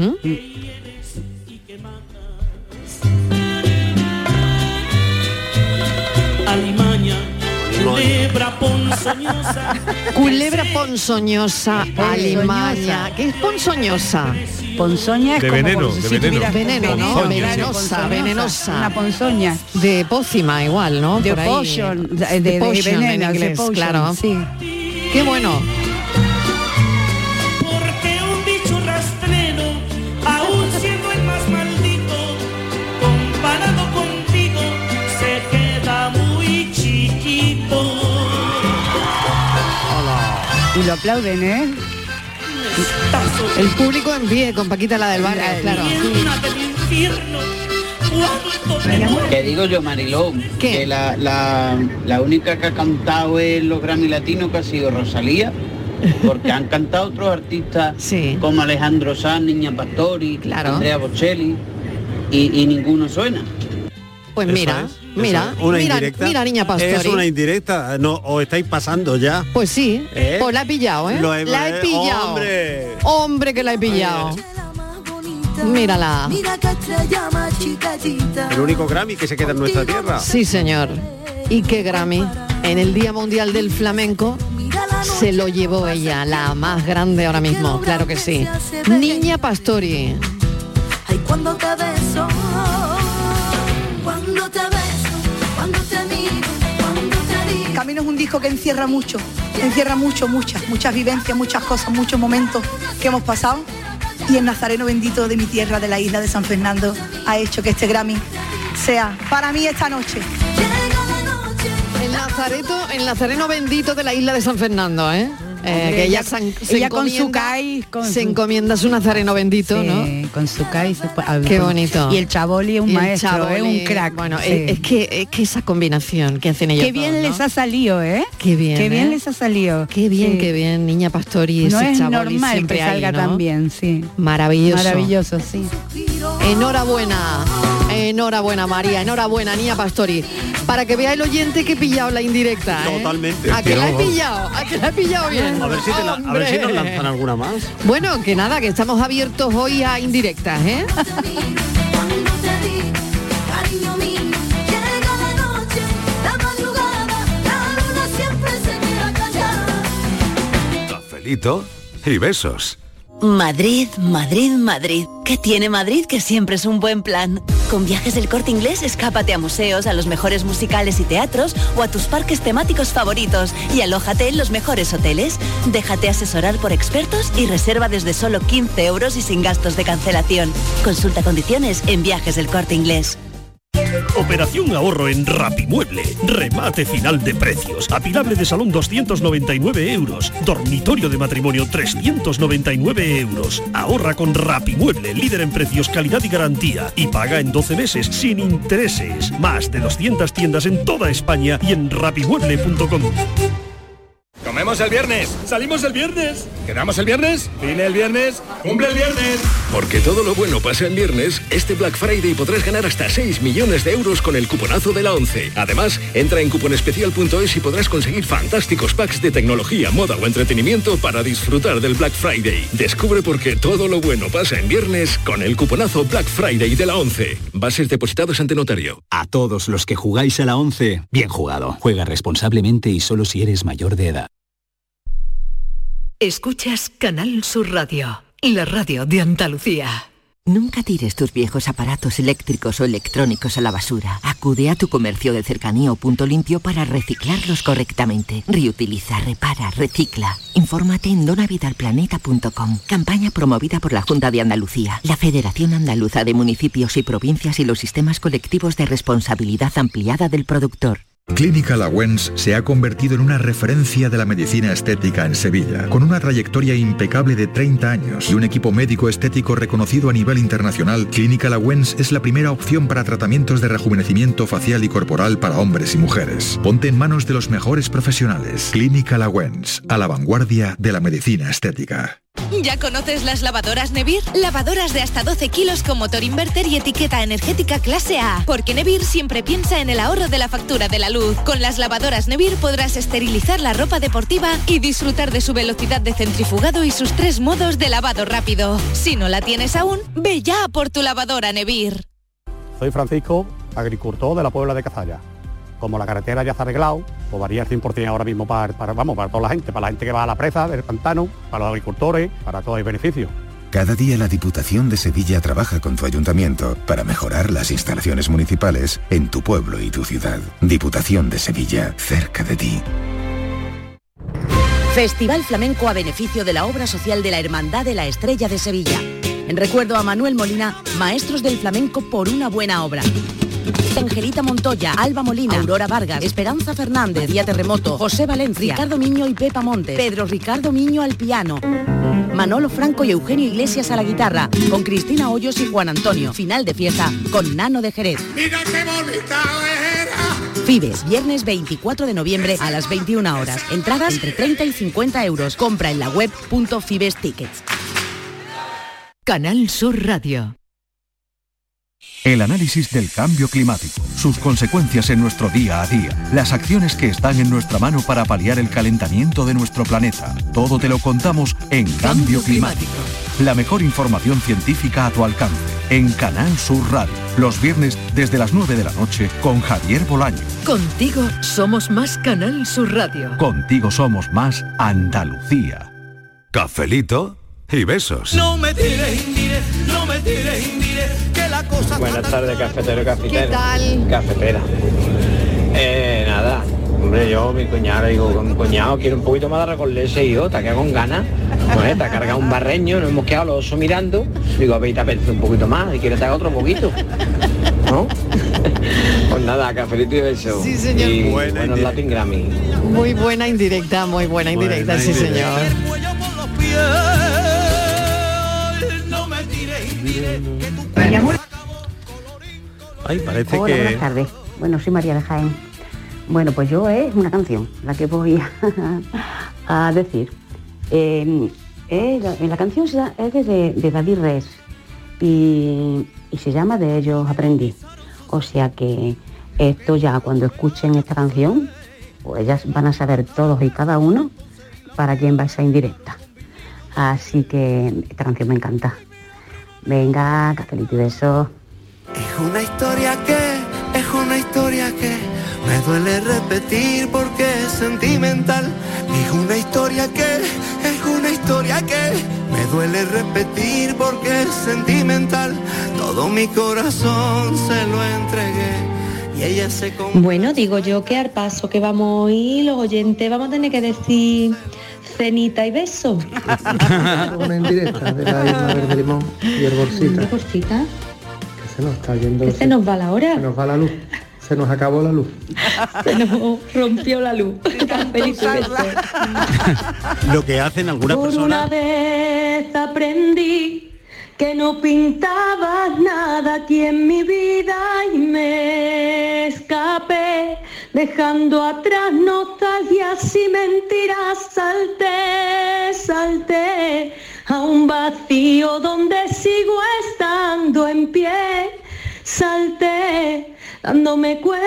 Alimaña, culebra ponzoñosa. Culebra ponzoñosa, alimaña. Ponzoñosa. ¿Qué es ponzoñosa? Ponzoña es De como veneno, si de tuvieras veneno, ¿no? Ponzoña, Venenosa, ponzoñosa, venenosa. Una ponzoña. De pócima igual, ¿no? De Por ahí. potion, de potion en veneno, de inglés, potion, claro. sí. Qué bueno. Porque un bicho rastrero, aún siendo el más maldito, comparado contigo, se queda muy chiquito. Y lo aplauden, ¿eh? El público en pie con Paquita la del barrio, claro. Llena del infierno, cuánto me Que digo yo, Mariló, ¿Qué? que la única que ha cantado en los Grammy Latinos que ha sido Rosalía, porque han cantado otros artistas como Alejandro Sanz, Niña Pastori, Andrea Bocelli, y ninguno suena. Pues mira, mira, Una mira, indirecta. mira, Niña Pastori. Es una indirecta, no, os estáis pasando ya. Pues sí, ¿Eh? pues la he pillado, ¿eh? La he pillado. ¡Hombre! Hombre, que la he pillado. Mírala. El único Grammy que se queda en nuestra tierra. Sí, señor. Y qué Grammy. En el Día Mundial del Flamenco se lo llevó ella, la más grande ahora mismo, claro que sí. Niña Pastori. Ay, cuando te beso, cuando te beso, cuando te miro, cuando te digo. Camino es un disco que encierra muchas vivencias, muchas cosas, muchos momentos que hemos pasado. Y el Nazareno bendito de mi tierra, de la isla de San Fernando, ha hecho que este Grammy sea para mí esta noche. El Nazareno bendito de la isla de San Fernando, ¿eh? Que ella, ella con su CAI se encomienda su Nazareno bendito, sí, ¿no? con su CAI Qué bonito. Y el Chaboli es un Y el maestro, Chaboli, es un crack. Bueno, sí. es que esa combinación que hacen ellos. Qué bien todos, ¿no? les ha salido, ¿eh? Qué bien. Qué bien ¿eh? les ha salido. Qué bien, Sí. qué bien, Niña Pastori. No ese es Chaboli normal siempre que salga ahí, ¿no? tan bien, sí. Maravilloso. Maravilloso, sí. Enhorabuena, enhorabuena María, enhorabuena Niña Pastori. Para que vea el oyente que he pillado la indirecta, ¿eh? Totalmente. A que la he pillado, bien. A ver si, a ver si nos lanzan alguna más. Bueno, que nada, que estamos abiertos hoy a indirectas, ¿eh? Cariño mío, llega la noche, la madrugada, la luna siempre se queda callada. Cafelito y besos. Madrid, Madrid, Madrid. ¿Qué tiene Madrid que siempre es un buen plan? Con Viajes del Corte Inglés, escápate a museos, a los mejores musicales y teatros o a tus parques temáticos favoritos y alójate en los mejores hoteles. Déjate asesorar por expertos y reserva desde solo 15 euros y sin gastos de cancelación. Consulta condiciones en Viajes del Corte Inglés. Operación ahorro en Rapimueble. Remate final de precios. Apilable de salón 299 euros. Dormitorio de matrimonio 399 euros. Ahorra con Rapimueble, líder en precios, calidad y garantía. Y paga en 12 meses sin intereses. Más de 200 tiendas en toda España y en rapimueble.com. Comemos el viernes, salimos el viernes, quedamos el viernes, viene el viernes, cumple el viernes. Porque todo lo bueno pasa en viernes, este Black Friday podrás ganar hasta 6 millones de euros con el cuponazo de la 11. Además, entra en cuponespecial.es y podrás conseguir fantásticos packs de tecnología, moda o entretenimiento para disfrutar del Black Friday. Descubre por qué todo lo bueno pasa en viernes con el cuponazo Black Friday de la 11. Bases depositados ante notario. A todos los que jugáis a la 11, bien jugado. Juega responsablemente y solo si eres mayor de edad. Escuchas Canal Sur Radio, la radio de Andalucía. Nunca tires tus viejos aparatos eléctricos o electrónicos a la basura. Acude a tu comercio de cercanía o punto limpio para reciclarlos correctamente. Reutiliza, repara, recicla. Infórmate en donavidalplaneta.com. Campaña promovida por la Junta de Andalucía, la Federación Andaluza de Municipios y Provincias y los sistemas colectivos de responsabilidad ampliada del productor. Clínica Lawens se ha convertido en una referencia de la medicina estética en Sevilla, con una trayectoria impecable de 30 años y un equipo médico estético reconocido a nivel internacional. Clínica Lawens es la primera opción para tratamientos de rejuvenecimiento facial y corporal para hombres y mujeres. Ponte en manos de los mejores profesionales. Clínica Lawens, a la vanguardia de la medicina estética. ¿Ya conoces las lavadoras Nevir? Lavadoras de hasta 12 kilos con motor inverter y etiqueta energética clase A. Porque Nevir siempre piensa en el ahorro de la factura de la luz. Con las lavadoras Nevir podrás esterilizar la ropa deportiva y disfrutar de su velocidad de centrifugado y sus 3 modos de lavado rápido. Si no la tienes aún, ve ya por tu lavadora Nevir. Soy Francisco, agricultor de la Puebla de Cazalla. Como la carretera ya está arreglado, pues varía el 100% ahora mismo para toda la gente que va a la presa del pantano, para los agricultores, para todo el beneficio. Cada día la Diputación de Sevilla trabaja con tu ayuntamiento para mejorar las instalaciones municipales en tu pueblo y tu ciudad. Diputación de Sevilla, cerca de ti. Festival Flamenco a beneficio de la obra social de la Hermandad de la Estrella de Sevilla. En recuerdo a Manuel Molina, maestros del flamenco por una buena obra. Angelita Montoya, Alba Molina, Aurora Vargas, Esperanza Fernández, María Terremoto, José Valencia, Ricardo Miño y Pepa Montes, Pedro Ricardo Miño al piano, Manolo Franco y Eugenio Iglesias a la guitarra, con Cristina Hoyos y Juan Antonio. Final de fiesta con Nano de Jerez. Mira qué bonita era. Fibes, viernes 24 de noviembre a las 21 horas. Entradas entre 30 y 50 euros. Compra en la web .fibes tickets. Canal Sur Radio. El análisis del cambio climático, sus consecuencias en nuestro día a día, las acciones que están en nuestra mano para paliar el calentamiento de nuestro planeta. Todo te lo contamos en Cambio Climático. La mejor información científica a tu alcance, en Canal Sur Radio. Los viernes desde las 9 de la noche con Javier Bolaño. Contigo somos más Canal Sur Radio. Contigo somos más Andalucía. Cafelito y besos. No me tires, no me tires, que la cosa... Buenas tardes, cafetero y cafetera. ¿Qué tal? Cafetera. Nada, hombre, yo, mi cuñado, digo, con mi cuñado quiero un poquito más de arroz con leche y otra, que con ganas. Pues te ha cargado un barreño, nos hemos quedado los osos mirando. Digo, veis, apetece un poquito más y quiero te haga otro poquito. ¿No? Pues nada, cafelito y beso. Sí, señor. Y Buena buenos Latin Grammy. Muy buena indirecta, muy buena indirecta, sí señor. Ay, parece Hola, que... buenas tardes. Bueno, soy María de Jaén. Bueno, pues yo es una canción, la que voy a decir. La canción es de David Res y se llama De ellos aprendí. O sea que esto ya cuando escuchen esta canción, pues ya van a saber todos y cada uno para quién va esa indirecta. Así que esta canción me encanta. Venga, cafelito y besos. Es una historia que me duele repetir porque es sentimental. Es una historia que me duele repetir porque es sentimental. Todo mi corazón se lo entregué y ella se... Bueno, digo yo que al paso que vamos a ir, los oyentes vamos a tener que decir cenita y beso. Una indirecta de la Isla Verde Limón y el Bolsita. ¿Qué bolsita? Se nos está yendo. ¿Que se nos va la hora? Se nos va la luz. Se nos acabó la luz. Se nos rompió la luz. Feliz beso. Lo que hacen algunas Por personas... una vez aprendí que no pintabas nada aquí en mi vida y me escapé, dejando atrás nostalgias y mentiras, salté a un vacío donde sigo estando en pie, salté dándome cuenta,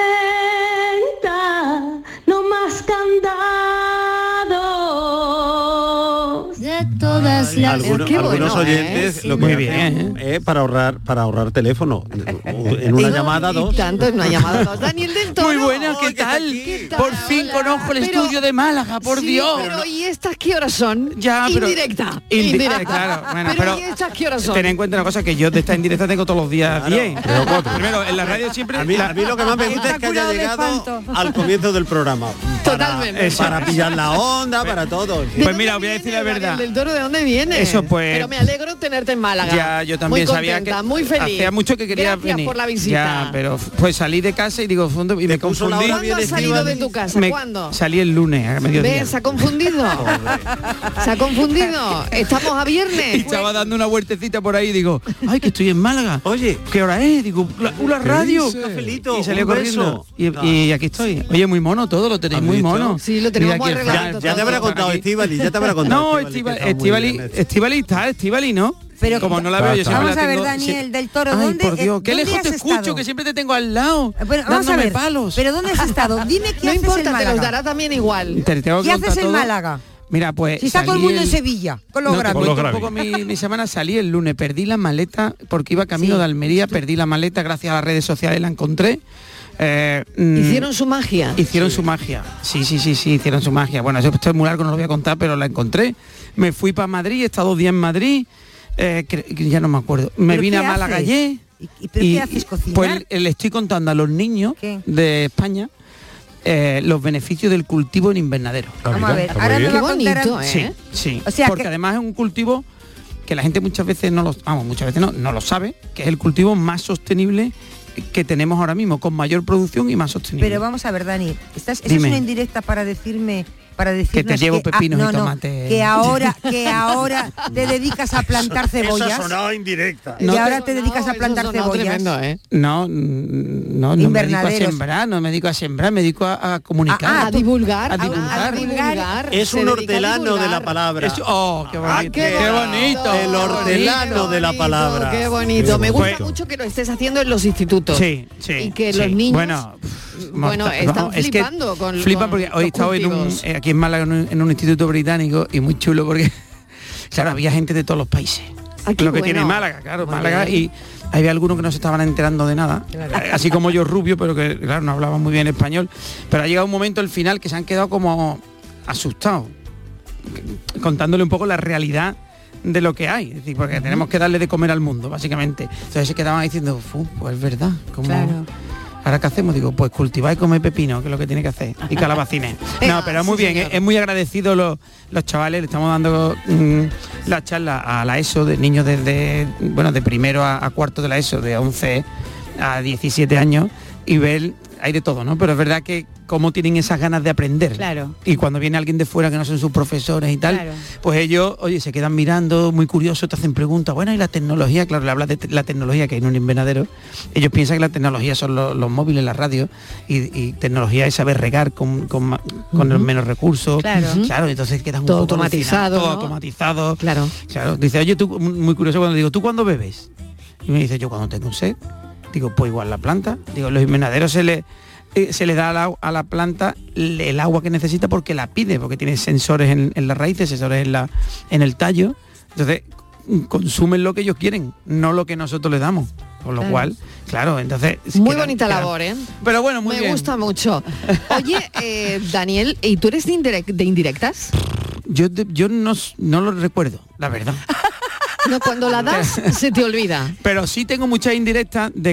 no más candados. De todas algunos oyentes lo que hacen es para ahorrar teléfono. En una llamada dos. Tanto en una llamada dos. Daniel del Toro. Muy buena, ¿qué tal? Por fin conozco el estudio de Málaga, por Dios. Pero ¿y estas qué horas son? Ya, pero indirecta. Claro, bueno, pero ¿y estas qué horas son? Ten en cuenta una cosa, que yo de esta indirecta tengo todos los días 10. Primero, en la radio siempre... A mí lo que más me gusta es que haya llegado al comienzo del programa. Totalmente. Para pillar la onda, para todo. Pues mira, os voy a decir la verdad. Del Toro, ¿de dónde viene? Eso pues... Pero me alegro tenerte en Málaga. Ya, yo también muy sabía contenta, que... muy feliz. Hacía mucho que quería Gracias venir. por la visita. Ya, pero pues salí de casa y digo, fondo, y me confundí. ¿Cuándo has salido de tu casa? ¿Cuándo? Salí el lunes a mediodía. ¿Ves? ¿Se ha confundido? ¿Se ha confundido? Estamos a viernes. Y estaba dando una vueltecita por ahí y digo, ay, que estoy en Málaga. Oye, ¿qué hora es? Digo, la radio. Cafelito, y salió corriendo. Y aquí estoy. Oye, muy mono todo, lo tenéis muy mono. Sí, lo tenemos muy arregladito. Ya te habrá contado Estíbaliz, No, Estíbaliz, ¿no? Pero como no la veo, yo siempre vamos la tengo. A ver, Daniel del Toro, ay, ¿dónde? Por Dios, qué ¿dónde lejos te escucho, estado? que siempre te tengo al lado. Bueno, vamos a ver, palos. pero ¿dónde has estado? Dime qué no haces importa, en Málaga. te los dará también igual. ¿Qué haces en Málaga? Mira, pues... Si está todo el mundo en Sevilla, con los Grammys. Un poco mi semana, salí el lunes, perdí la maleta, porque iba camino de Almería, perdí la maleta, gracias a las redes sociales la encontré. ¿Hicieron su magia? Hicieron su magia. Sí, hicieron su magia. Bueno, eso es muy largo, no lo voy a contar, pero la encontré. Me fui para Madrid, he estado 2 días en Madrid, ya no me acuerdo. Me vine a Málaga ayer. ¿Y qué haces, cocinar? Pues le estoy contando a los niños de España los beneficios del cultivo en invernadero. Vamos a ver, ahora me va a contar bonito, Sí, o sea, porque además es un cultivo que la gente muchas veces no lo sabe, que es el cultivo más sostenible que tenemos ahora mismo, con mayor producción y más sostenible. Pero vamos a ver, Dani, esa es una indirecta para decirme... que te llevo pepinos y tomates. Que ahora te dedicas a plantar cebollas. Eso sonaba indirecta. Y ahora te dedicas a plantar cebollas. Tremendo, No me dedico a sembrar, me dedico a comunicar. A divulgar. A divulgar. Es un hortelano de la palabra. Qué bonito. Qué bonito. El hortelano de la palabra. Qué bonito. Me gusta mucho que lo estés haciendo en los institutos. Sí. Y que los niños... Bueno, están flipando con... Flipan porque hoy he estado aquí en Málaga en un instituto británico y muy chulo porque, claro, había gente de todos los países. Lo que tiene Málaga, claro, Málaga, y había algunos que no se estaban enterando de nada, así como yo rubio, pero que, claro, no hablaban muy bien español. Pero ha llegado un momento al final que se han quedado como asustados, contándole un poco la realidad de lo que hay, es decir, porque tenemos que darle de comer al mundo, básicamente. Entonces se quedaban diciendo, pues es verdad, como... Claro. ¿Ahora qué hacemos? Digo, pues cultivar y comer pepino, que es lo que tiene que hacer, y calabacines. No, pero muy bien, es muy agradecido los chavales, le estamos dando la charla a la ESO, de niños de primero a cuarto de la ESO, de 11 a 17 años, y ver, hay de todo, ¿no? Pero es verdad que cómo tienen esas ganas de aprender. Claro. Y cuando viene alguien de fuera que no son sus profesores y tal, pues ellos, oye, se quedan mirando, muy curiosos, te hacen preguntas. Bueno, y la tecnología, claro, le hablas de la tecnología que hay en un invernadero. Ellos piensan que la tecnología son los móviles, la radio, y tecnología es saber regar con los menos recursos. Claro, entonces quedan todo un poco automatizado, todo ¿no? automatizado. Claro. Dice, oye, tú, muy curioso cuando digo, ¿tú cuándo bebes? Y me dice, yo cuando tengo sed. Digo, pues igual la planta. Digo, los invernaderos se le da a la planta el agua que necesita porque la pide, porque tiene sensores en las raíces, sensores en el tallo. Entonces, consumen lo que ellos quieren, no lo que nosotros les damos. Con lo cual, claro, entonces... Muy bonita labor, ¿eh? Pero bueno, muy bien. Me gusta mucho. Oye, Daniel, ¿y tú eres de indirectas? Yo no lo recuerdo, la verdad. No, cuando la das se te olvida. Pero sí tengo muchas indirectas de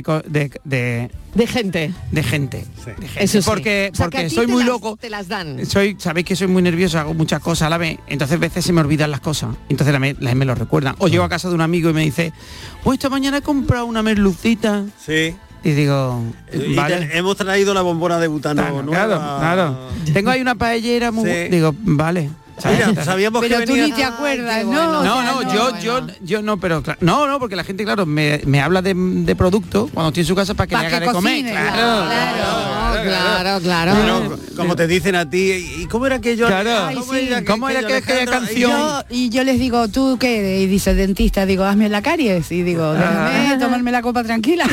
gente. De gente. Eso sí. Porque soy muy loco. Te las dan. Sabéis que soy muy nervioso, hago muchas cosas a la vez, entonces a veces se me olvidan las cosas. Entonces me lo recuerdan. O llego a casa de un amigo y me dice, esta mañana he comprado una merlucita. Sí. Y digo, vale. Hemos traído la bombona de butano nueva. Claro. Tengo ahí una paellera muy... Digo, vale. Mira, sabíamos pero que tú venía... ni te acuerdas, yo no, pero no, porque la gente, claro, me habla de productos cuando estoy en su casa para que le haga de comer. Claro. Pero, como te dicen a ti, ¿y cómo era aquello? Claro. ¿Cómo era aquella canción? Y yo les digo, ¿tú qué? Y dice dentista, digo, hazme la caries. Y digo, déjame tomarme la copa tranquila.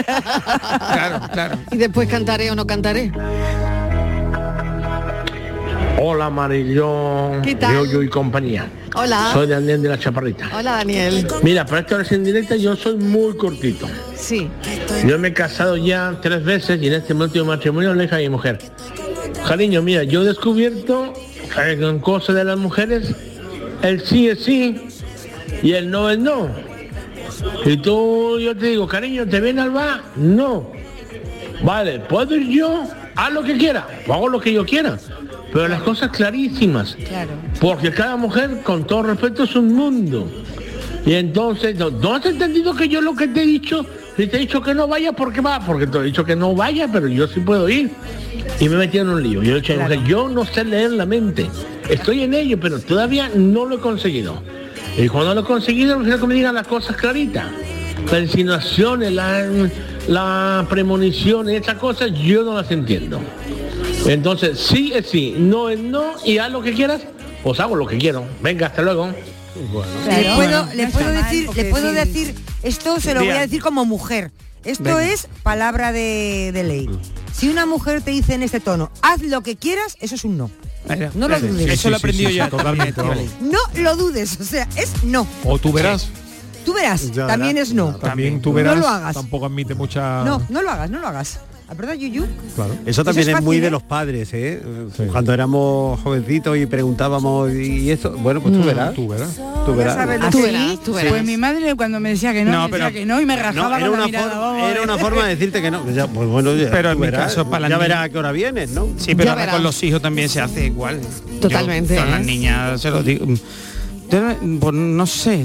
Claro. Y después cantaré o no cantaré. Hola Marillón, ¿Qué tal? Yo y compañía. Hola. Soy Daniel de la Chaparrita. Hola, Daniel. Mira, para esta hora en directa yo soy muy cortito. Sí. Yo me he casado ya 3 veces y en este último matrimonio le dije a mi mujer, cariño, mira, yo he descubierto que con cosas de las mujeres el sí es sí y el no es no. Y tú, yo te digo, cariño, ¿te viene al bar? No. Vale, ¿puedo ir yo? Haz lo que quiera, hago lo que yo quiera. Pero las cosas clarísimas. Claro. Porque cada mujer, con todo respeto, es un mundo. Y entonces, ¿no has entendido que yo lo que te he dicho? Si te he dicho que no vaya, ¿por qué va? Porque te he dicho que no vaya, pero yo sí puedo ir. Y me metí en un lío. Yo he dicho, claro, yo no sé leer la mente. Estoy en ello, pero todavía no lo he conseguido. Y cuando lo he conseguido, prefiero que me digan las cosas claritas. Las insinuaciones, la premonición, esas cosas, yo no las entiendo. Entonces, sí es sí, no es no, y haz lo que quieras, pues hago lo que quiero. Venga, hasta luego. Bueno. Claro, le puedo decir, esto se lo voy a decir como mujer. Esto es palabra de ley. Si una mujer te dice en este tono, haz lo que quieras, eso es un no. No lo dudes. Eso lo he aprendido ya. Totalmente. No lo dudes, o sea, es no. O tú verás. Tú verás, también es no. También tú verás. No lo hagas. Tampoco admite mucha... No lo hagas. ¿La verdad, Yuyu? Claro. Eso también es muy de los ¿eh? padres, ¿eh? Sí. Cuando éramos jovencitos y preguntábamos y esto, bueno, pues tú verás. Tú verás. Tú verás. ¿Tú verás? Pues mi madre cuando me decía que no, me decía que no y me rajaba con la mirada. Era una forma de decirte que no. Ya, pues bueno, ya, pero en mi verás, caso, para ya las verás a qué hora vienes, ¿no? Sí, pero ahora con los hijos también se hace igual. Totalmente. Yo, con las niñas se lo digo. Yo, pues no sé,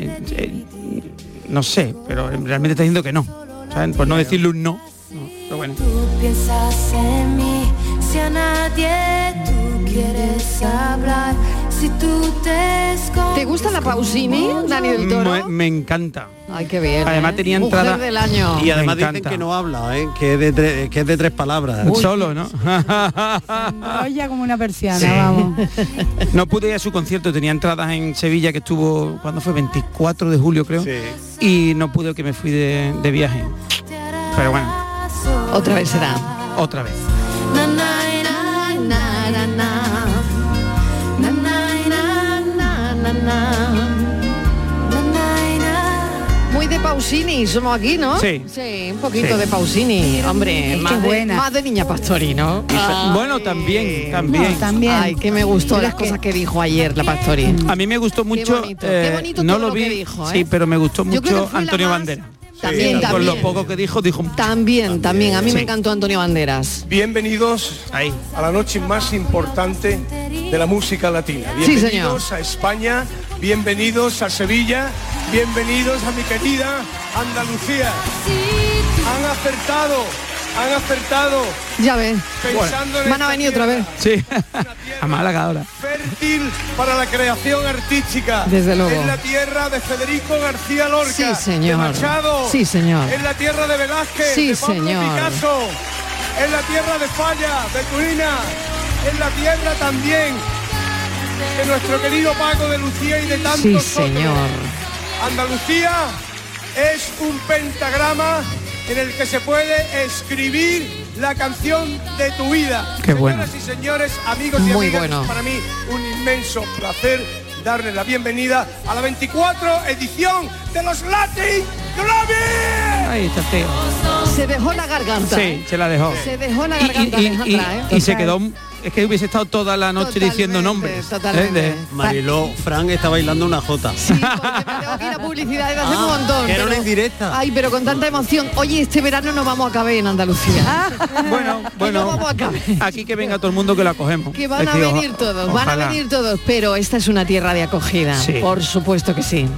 pero realmente está diciendo que no. ¿Saben? Por no decirle un no. Pero bueno. Tú piensas en mí, si a nadie tú quieres hablar, si tú te escondes. ¿Te gusta la Pausini, Dani del Toro? Me encanta. Ay, qué bien. Además tenía entrada. Mujer del año. Y además dicen que no habla, que es de 3 palabras. Solo, ¿no? Oye, como una persiana, sí. vamos. No pude ir a su concierto, tenía entradas en Sevilla que estuvo, ¿cuándo fue? 24 de julio creo. Sí. Y no pude, que me fui de viaje. Pero bueno. Otra vez será. Otra vez. Muy de Pausini somos aquí, ¿no? Sí. Sí, un poquito de Pausini. Hombre, más de Niña Pastori, ¿no? Bueno, también. Ay, que me gustó las cosas que dijo ayer la Pastori. A mí me gustó mucho. Qué bonito no todo lo vi, que dijo, sí, pero me gustó mucho que Antonio Banderas. También. Con lo poco que dijo. También. A mí me encantó Antonio Banderas. Bienvenidos a la noche más importante de la música latina. Bienvenidos a España, bienvenidos a Sevilla, bienvenidos a mi querida Andalucía. Han acertado. Ya ves. Pensando en van a venir otra vez. Sí. A Málaga ahora. Fértil para la creación artística. Desde luego. Es la tierra de Federico García Lorca. Sí, señor. De Machado. Sí, señor. Es la tierra de Velázquez. Sí, de Pablo señor. Picasso. Es la tierra de Falla, de Turina. Es la tierra también de nuestro querido Paco de Lucía y de tantos sí, otros. señor. Andalucía es un pentagrama en el que se puede escribir la canción de tu vida. Qué bueno. Señoras y señores, amigos y muy amigas, bueno. es para mí un inmenso placer darles la bienvenida a la 24 edición de los Latin Grammy. Ahí está feo. Se dejó la garganta. Sí, se la dejó. Se dejó la garganta, Alejandra, y se quedó. Es que hubiese estado toda la noche diciendo nombres. Totalmente. Mariló, Fran está bailando una jota. Sí, porque me tengo que ir a publicidad desde hace un montón. Que era una indirecta. Ay, pero con tanta emoción. Oye, este verano no vamos a caber en Andalucía. Bueno, no vamos a caber. Aquí que venga todo el mundo que la acogemos. Que van a venir todos, van a venir todos. Pero esta es una tierra de acogida. Sí. Por supuesto que sí.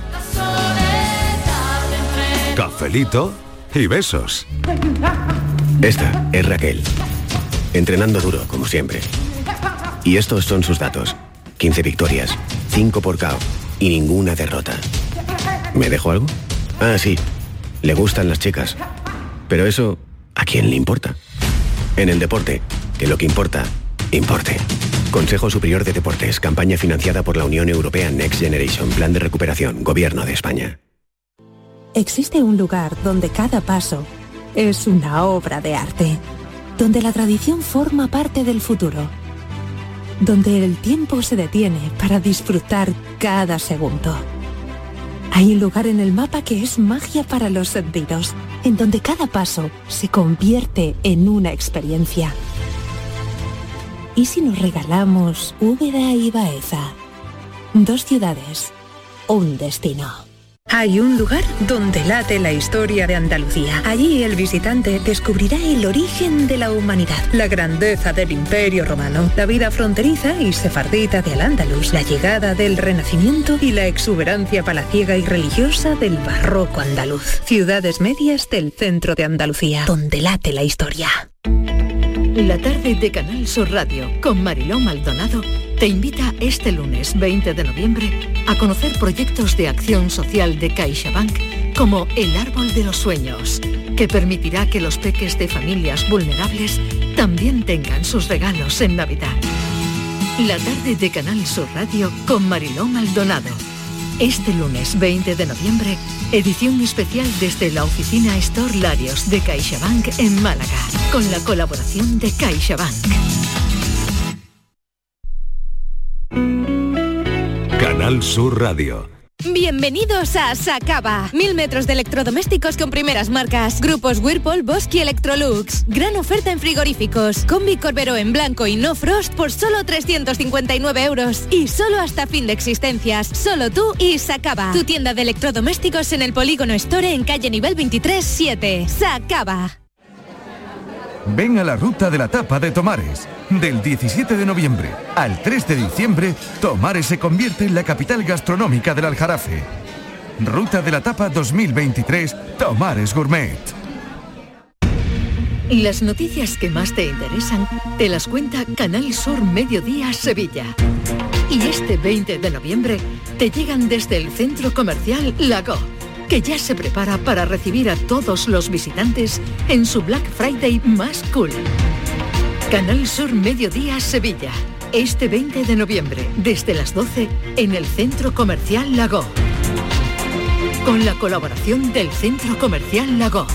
Cafelito y besos. Esta es Raquel, entrenando duro, como siempre. Y estos son sus datos. 15 victorias, 5 por KO y ninguna derrota. ¿Me dejo algo? Ah, sí. Le gustan las chicas. Pero eso, ¿a quién le importa? En el deporte, que lo que importa, importe. Consejo Superior de Deportes, campaña financiada por la Unión Europea Next Generation, Plan de Recuperación, Gobierno de España. Existe un lugar donde cada paso es una obra de arte, donde la tradición forma parte del futuro, donde el tiempo se detiene para disfrutar cada segundo. Hay un lugar en el mapa que es magia para los sentidos, en donde cada paso se convierte en una experiencia. ¿Y si nos regalamos Úbeda y Baeza? 2 ciudades, un destino. Hay un lugar donde late la historia de Andalucía. Allí el visitante descubrirá el origen de la humanidad, la grandeza del Imperio Romano, la vida fronteriza y sefardita de Al-Ándalus, la llegada del Renacimiento y la exuberancia palaciega y religiosa del barroco andaluz. Ciudades medias del centro de Andalucía, donde late la historia. La tarde de Canal Sur Radio con Mariló Maldonado te invita este lunes 20 de noviembre a conocer proyectos de acción social de CaixaBank como El Árbol de los Sueños, que permitirá que los peques de familias vulnerables también tengan sus regalos en Navidad. La tarde de Canal Sur Radio con Mariló Maldonado. Este lunes 20 de noviembre, edición especial desde la oficina Store Larios de CaixaBank en Málaga, con la colaboración de CaixaBank. Canal Sur Radio. Bienvenidos a Sacaba. 1000 metros de electrodomésticos con primeras marcas. Grupos Whirlpool, Bosch y Electrolux. Gran oferta en frigoríficos. Combi Corbero en blanco y no frost por solo 359 euros. Y solo hasta fin de existencias. Solo tú y Sacaba. Tu tienda de electrodomésticos en el Polígono Store en calle nivel 23-7. Sacaba. Ven a la Ruta de la Tapa de Tomares. Del 17 de noviembre al 3 de diciembre, Tomares se convierte en la capital gastronómica del Aljarafe. Ruta de la Tapa 2023, Tomares Gourmet. Las noticias que más te interesan te las cuenta Canal Sur Mediodía Sevilla. Y este 20 de noviembre te llegan desde el Centro Comercial Lago, que ya se prepara para recibir a todos los visitantes en su Black Friday más cool. Canal Sur Mediodía Sevilla, este 20 de noviembre, desde las 12, en el Centro Comercial Lago. Con la colaboración del Centro Comercial Lago.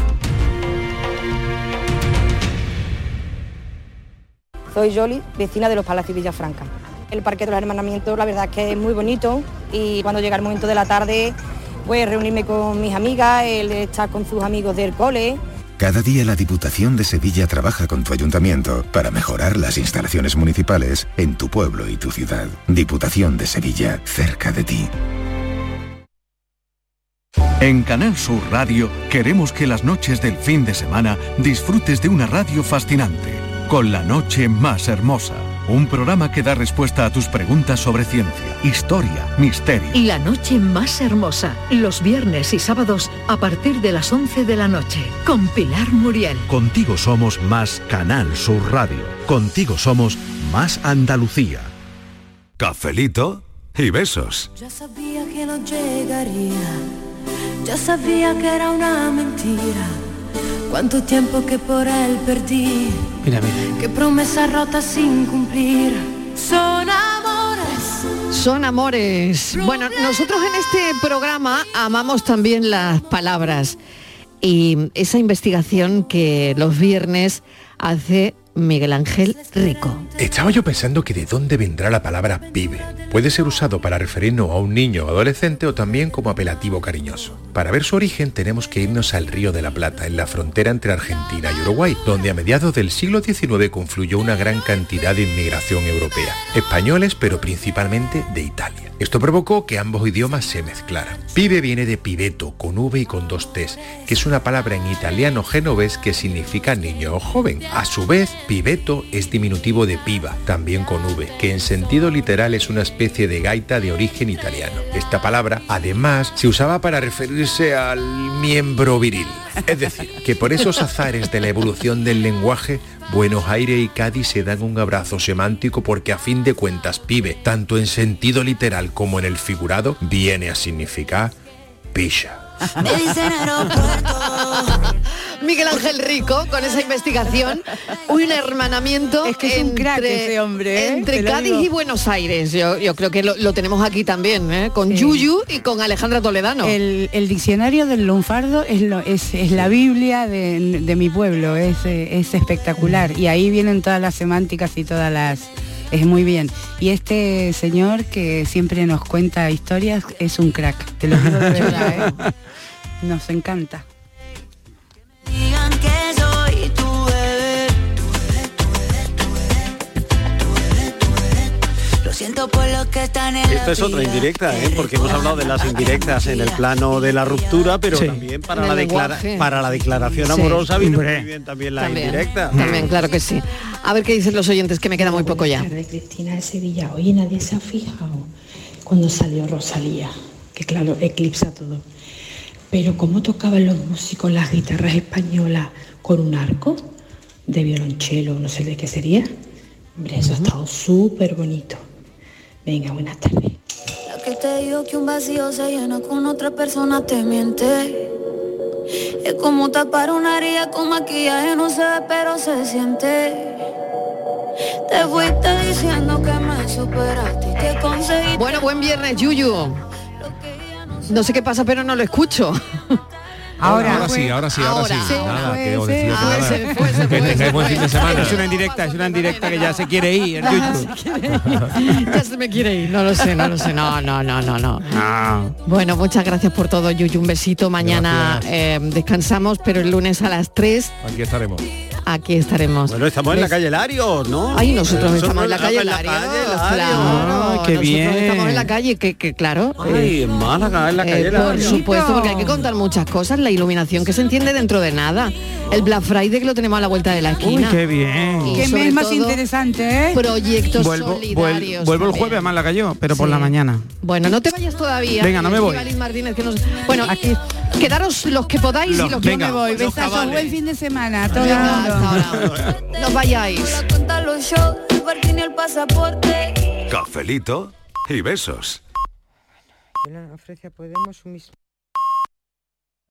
Soy Yoli, vecina de los Palacios Villafranca. El Parque de los Hermanamientos, la verdad es que es muy bonito, y cuando llega el momento de la tarde, pues reunirme con mis amigas, él está con sus amigos del cole. Cada día la Diputación de Sevilla trabaja con tu ayuntamiento para mejorar las instalaciones municipales en tu pueblo y tu ciudad. Diputación de Sevilla, cerca de ti. En Canal Sur Radio queremos que las noches del fin de semana disfrutes de una radio fascinante, con La Noche Más Hermosa. Un programa que da respuesta a tus preguntas sobre ciencia, historia, misterio. La Noche Más Hermosa, los viernes y sábados a partir de las 11 de la noche, con Pilar Muriel. Contigo somos más Canal Sur Radio. Contigo somos más Andalucía. Cafelito y besos. Ya sabía que no llegaría, ya sabía que era una mentira. Cuánto tiempo que por él perdí. Mira, mira. Qué promesas rotas sin cumplir. Son amores. Son amores. Bueno, nosotros en este programa amamos también las palabras. Y esa investigación que los viernes hace Miguel Ángel Rico. Estaba yo pensando que de dónde vendrá la palabra pibe. Puede ser usado para referirnos a un niño o adolescente o también como apelativo cariñoso. Para ver su origen tenemos que irnos al Río de la Plata, en la frontera entre Argentina y Uruguay, donde a mediados del siglo XIX confluyó una gran cantidad de inmigración europea, españoles pero principalmente de Italia. Esto provocó que ambos idiomas se mezclaran. Pibe viene de pibeto, con V y con 2 T's, que es una palabra en italiano genovés que significa niño o joven. A su vez, pibeto es diminutivo de piba, también con V, que en sentido literal es una especie de gaita de origen italiano. Esta palabra, además, se usaba para referirse al miembro viril. Es decir, que por esos azares de la evolución del lenguaje, Buenos Aires y Cádiz se dan un abrazo semántico porque a fin de cuentas pibe, tanto en sentido literal como en el figurado, viene a significar pilla. Me dicen aeropuerto. Miguel Ángel Rico, con esa investigación, un hermanamiento es que es un crack ese hombre, entre Cádiz y Buenos Aires. Yo creo que lo tenemos aquí también, con Yuyu y con Alejandra Toledano. El diccionario del lunfardo es la Biblia de mi pueblo, es espectacular. Y ahí vienen todas las semánticas y todas es muy bien. Y este señor que siempre nos cuenta historias es un crack, te lo digo de verdad, ¿eh? Nos encanta. Digan que soy tu bebé. Lo siento por los que están en Esto es otra indirecta, porque hemos hablado de las indirectas en el plano de la ruptura, pero también para la declaración amorosa vino muy bien también la indirecta. También, claro que sí. A ver qué dicen los oyentes, que me queda muy poco ya. De Cristina de Sevilla. Oye, nadie se ha fijado cuando salió Rosalía, que claro, eclipsa todo. Pero cómo tocaban los músicos las guitarras españolas con un arco de violonchelo, no sé de qué sería. Hombre, eso ha estado súper bonito. Venga, buenas tardes. La que te digo que un vacío se llena con otra persona te miente. Es como tapar una herida con maquillaje, no se ve pero se siente. Te fuiste diciendo que me superaste y que conseguiste. Bueno, buen viernes, Yuyu. No sé qué pasa, pero no lo escucho. Ahora sí. Nada, que os decía que tengáis buen fin de semana. Es una indirecta que ya se quiere ir. El Yuyu. Ya se me quiere ir, no lo sé. No. Bueno, muchas gracias por todo, Yuyu. Un besito. Mañana descansamos, pero el lunes a las 3. Aquí estaremos. Bueno, estamos en la calle Larios, ¿no? Ay, nosotros estamos en la calle Larios. Claro, qué bien. Estamos en la calle, que claro. Ay, en Málaga, en la calle Larios. Por supuesto, porque hay que contar muchas cosas. La iluminación que se enciende dentro de nada. El Black Friday que lo tenemos a la vuelta de la esquina. Uy, qué bien. Y qué mes más interesante, ¿eh? Proyectos solidarios. Vuelvo el jueves a Málaga yo, pero por la mañana. Bueno, no te vayas todavía. Venga, no me voy. Martínez, que bueno, aquí quedaros los que podáis y los que no me voy. Besazos, buen fin de semana. Todo no vayáis. Cafelito y besos. Ofrece a Podemos un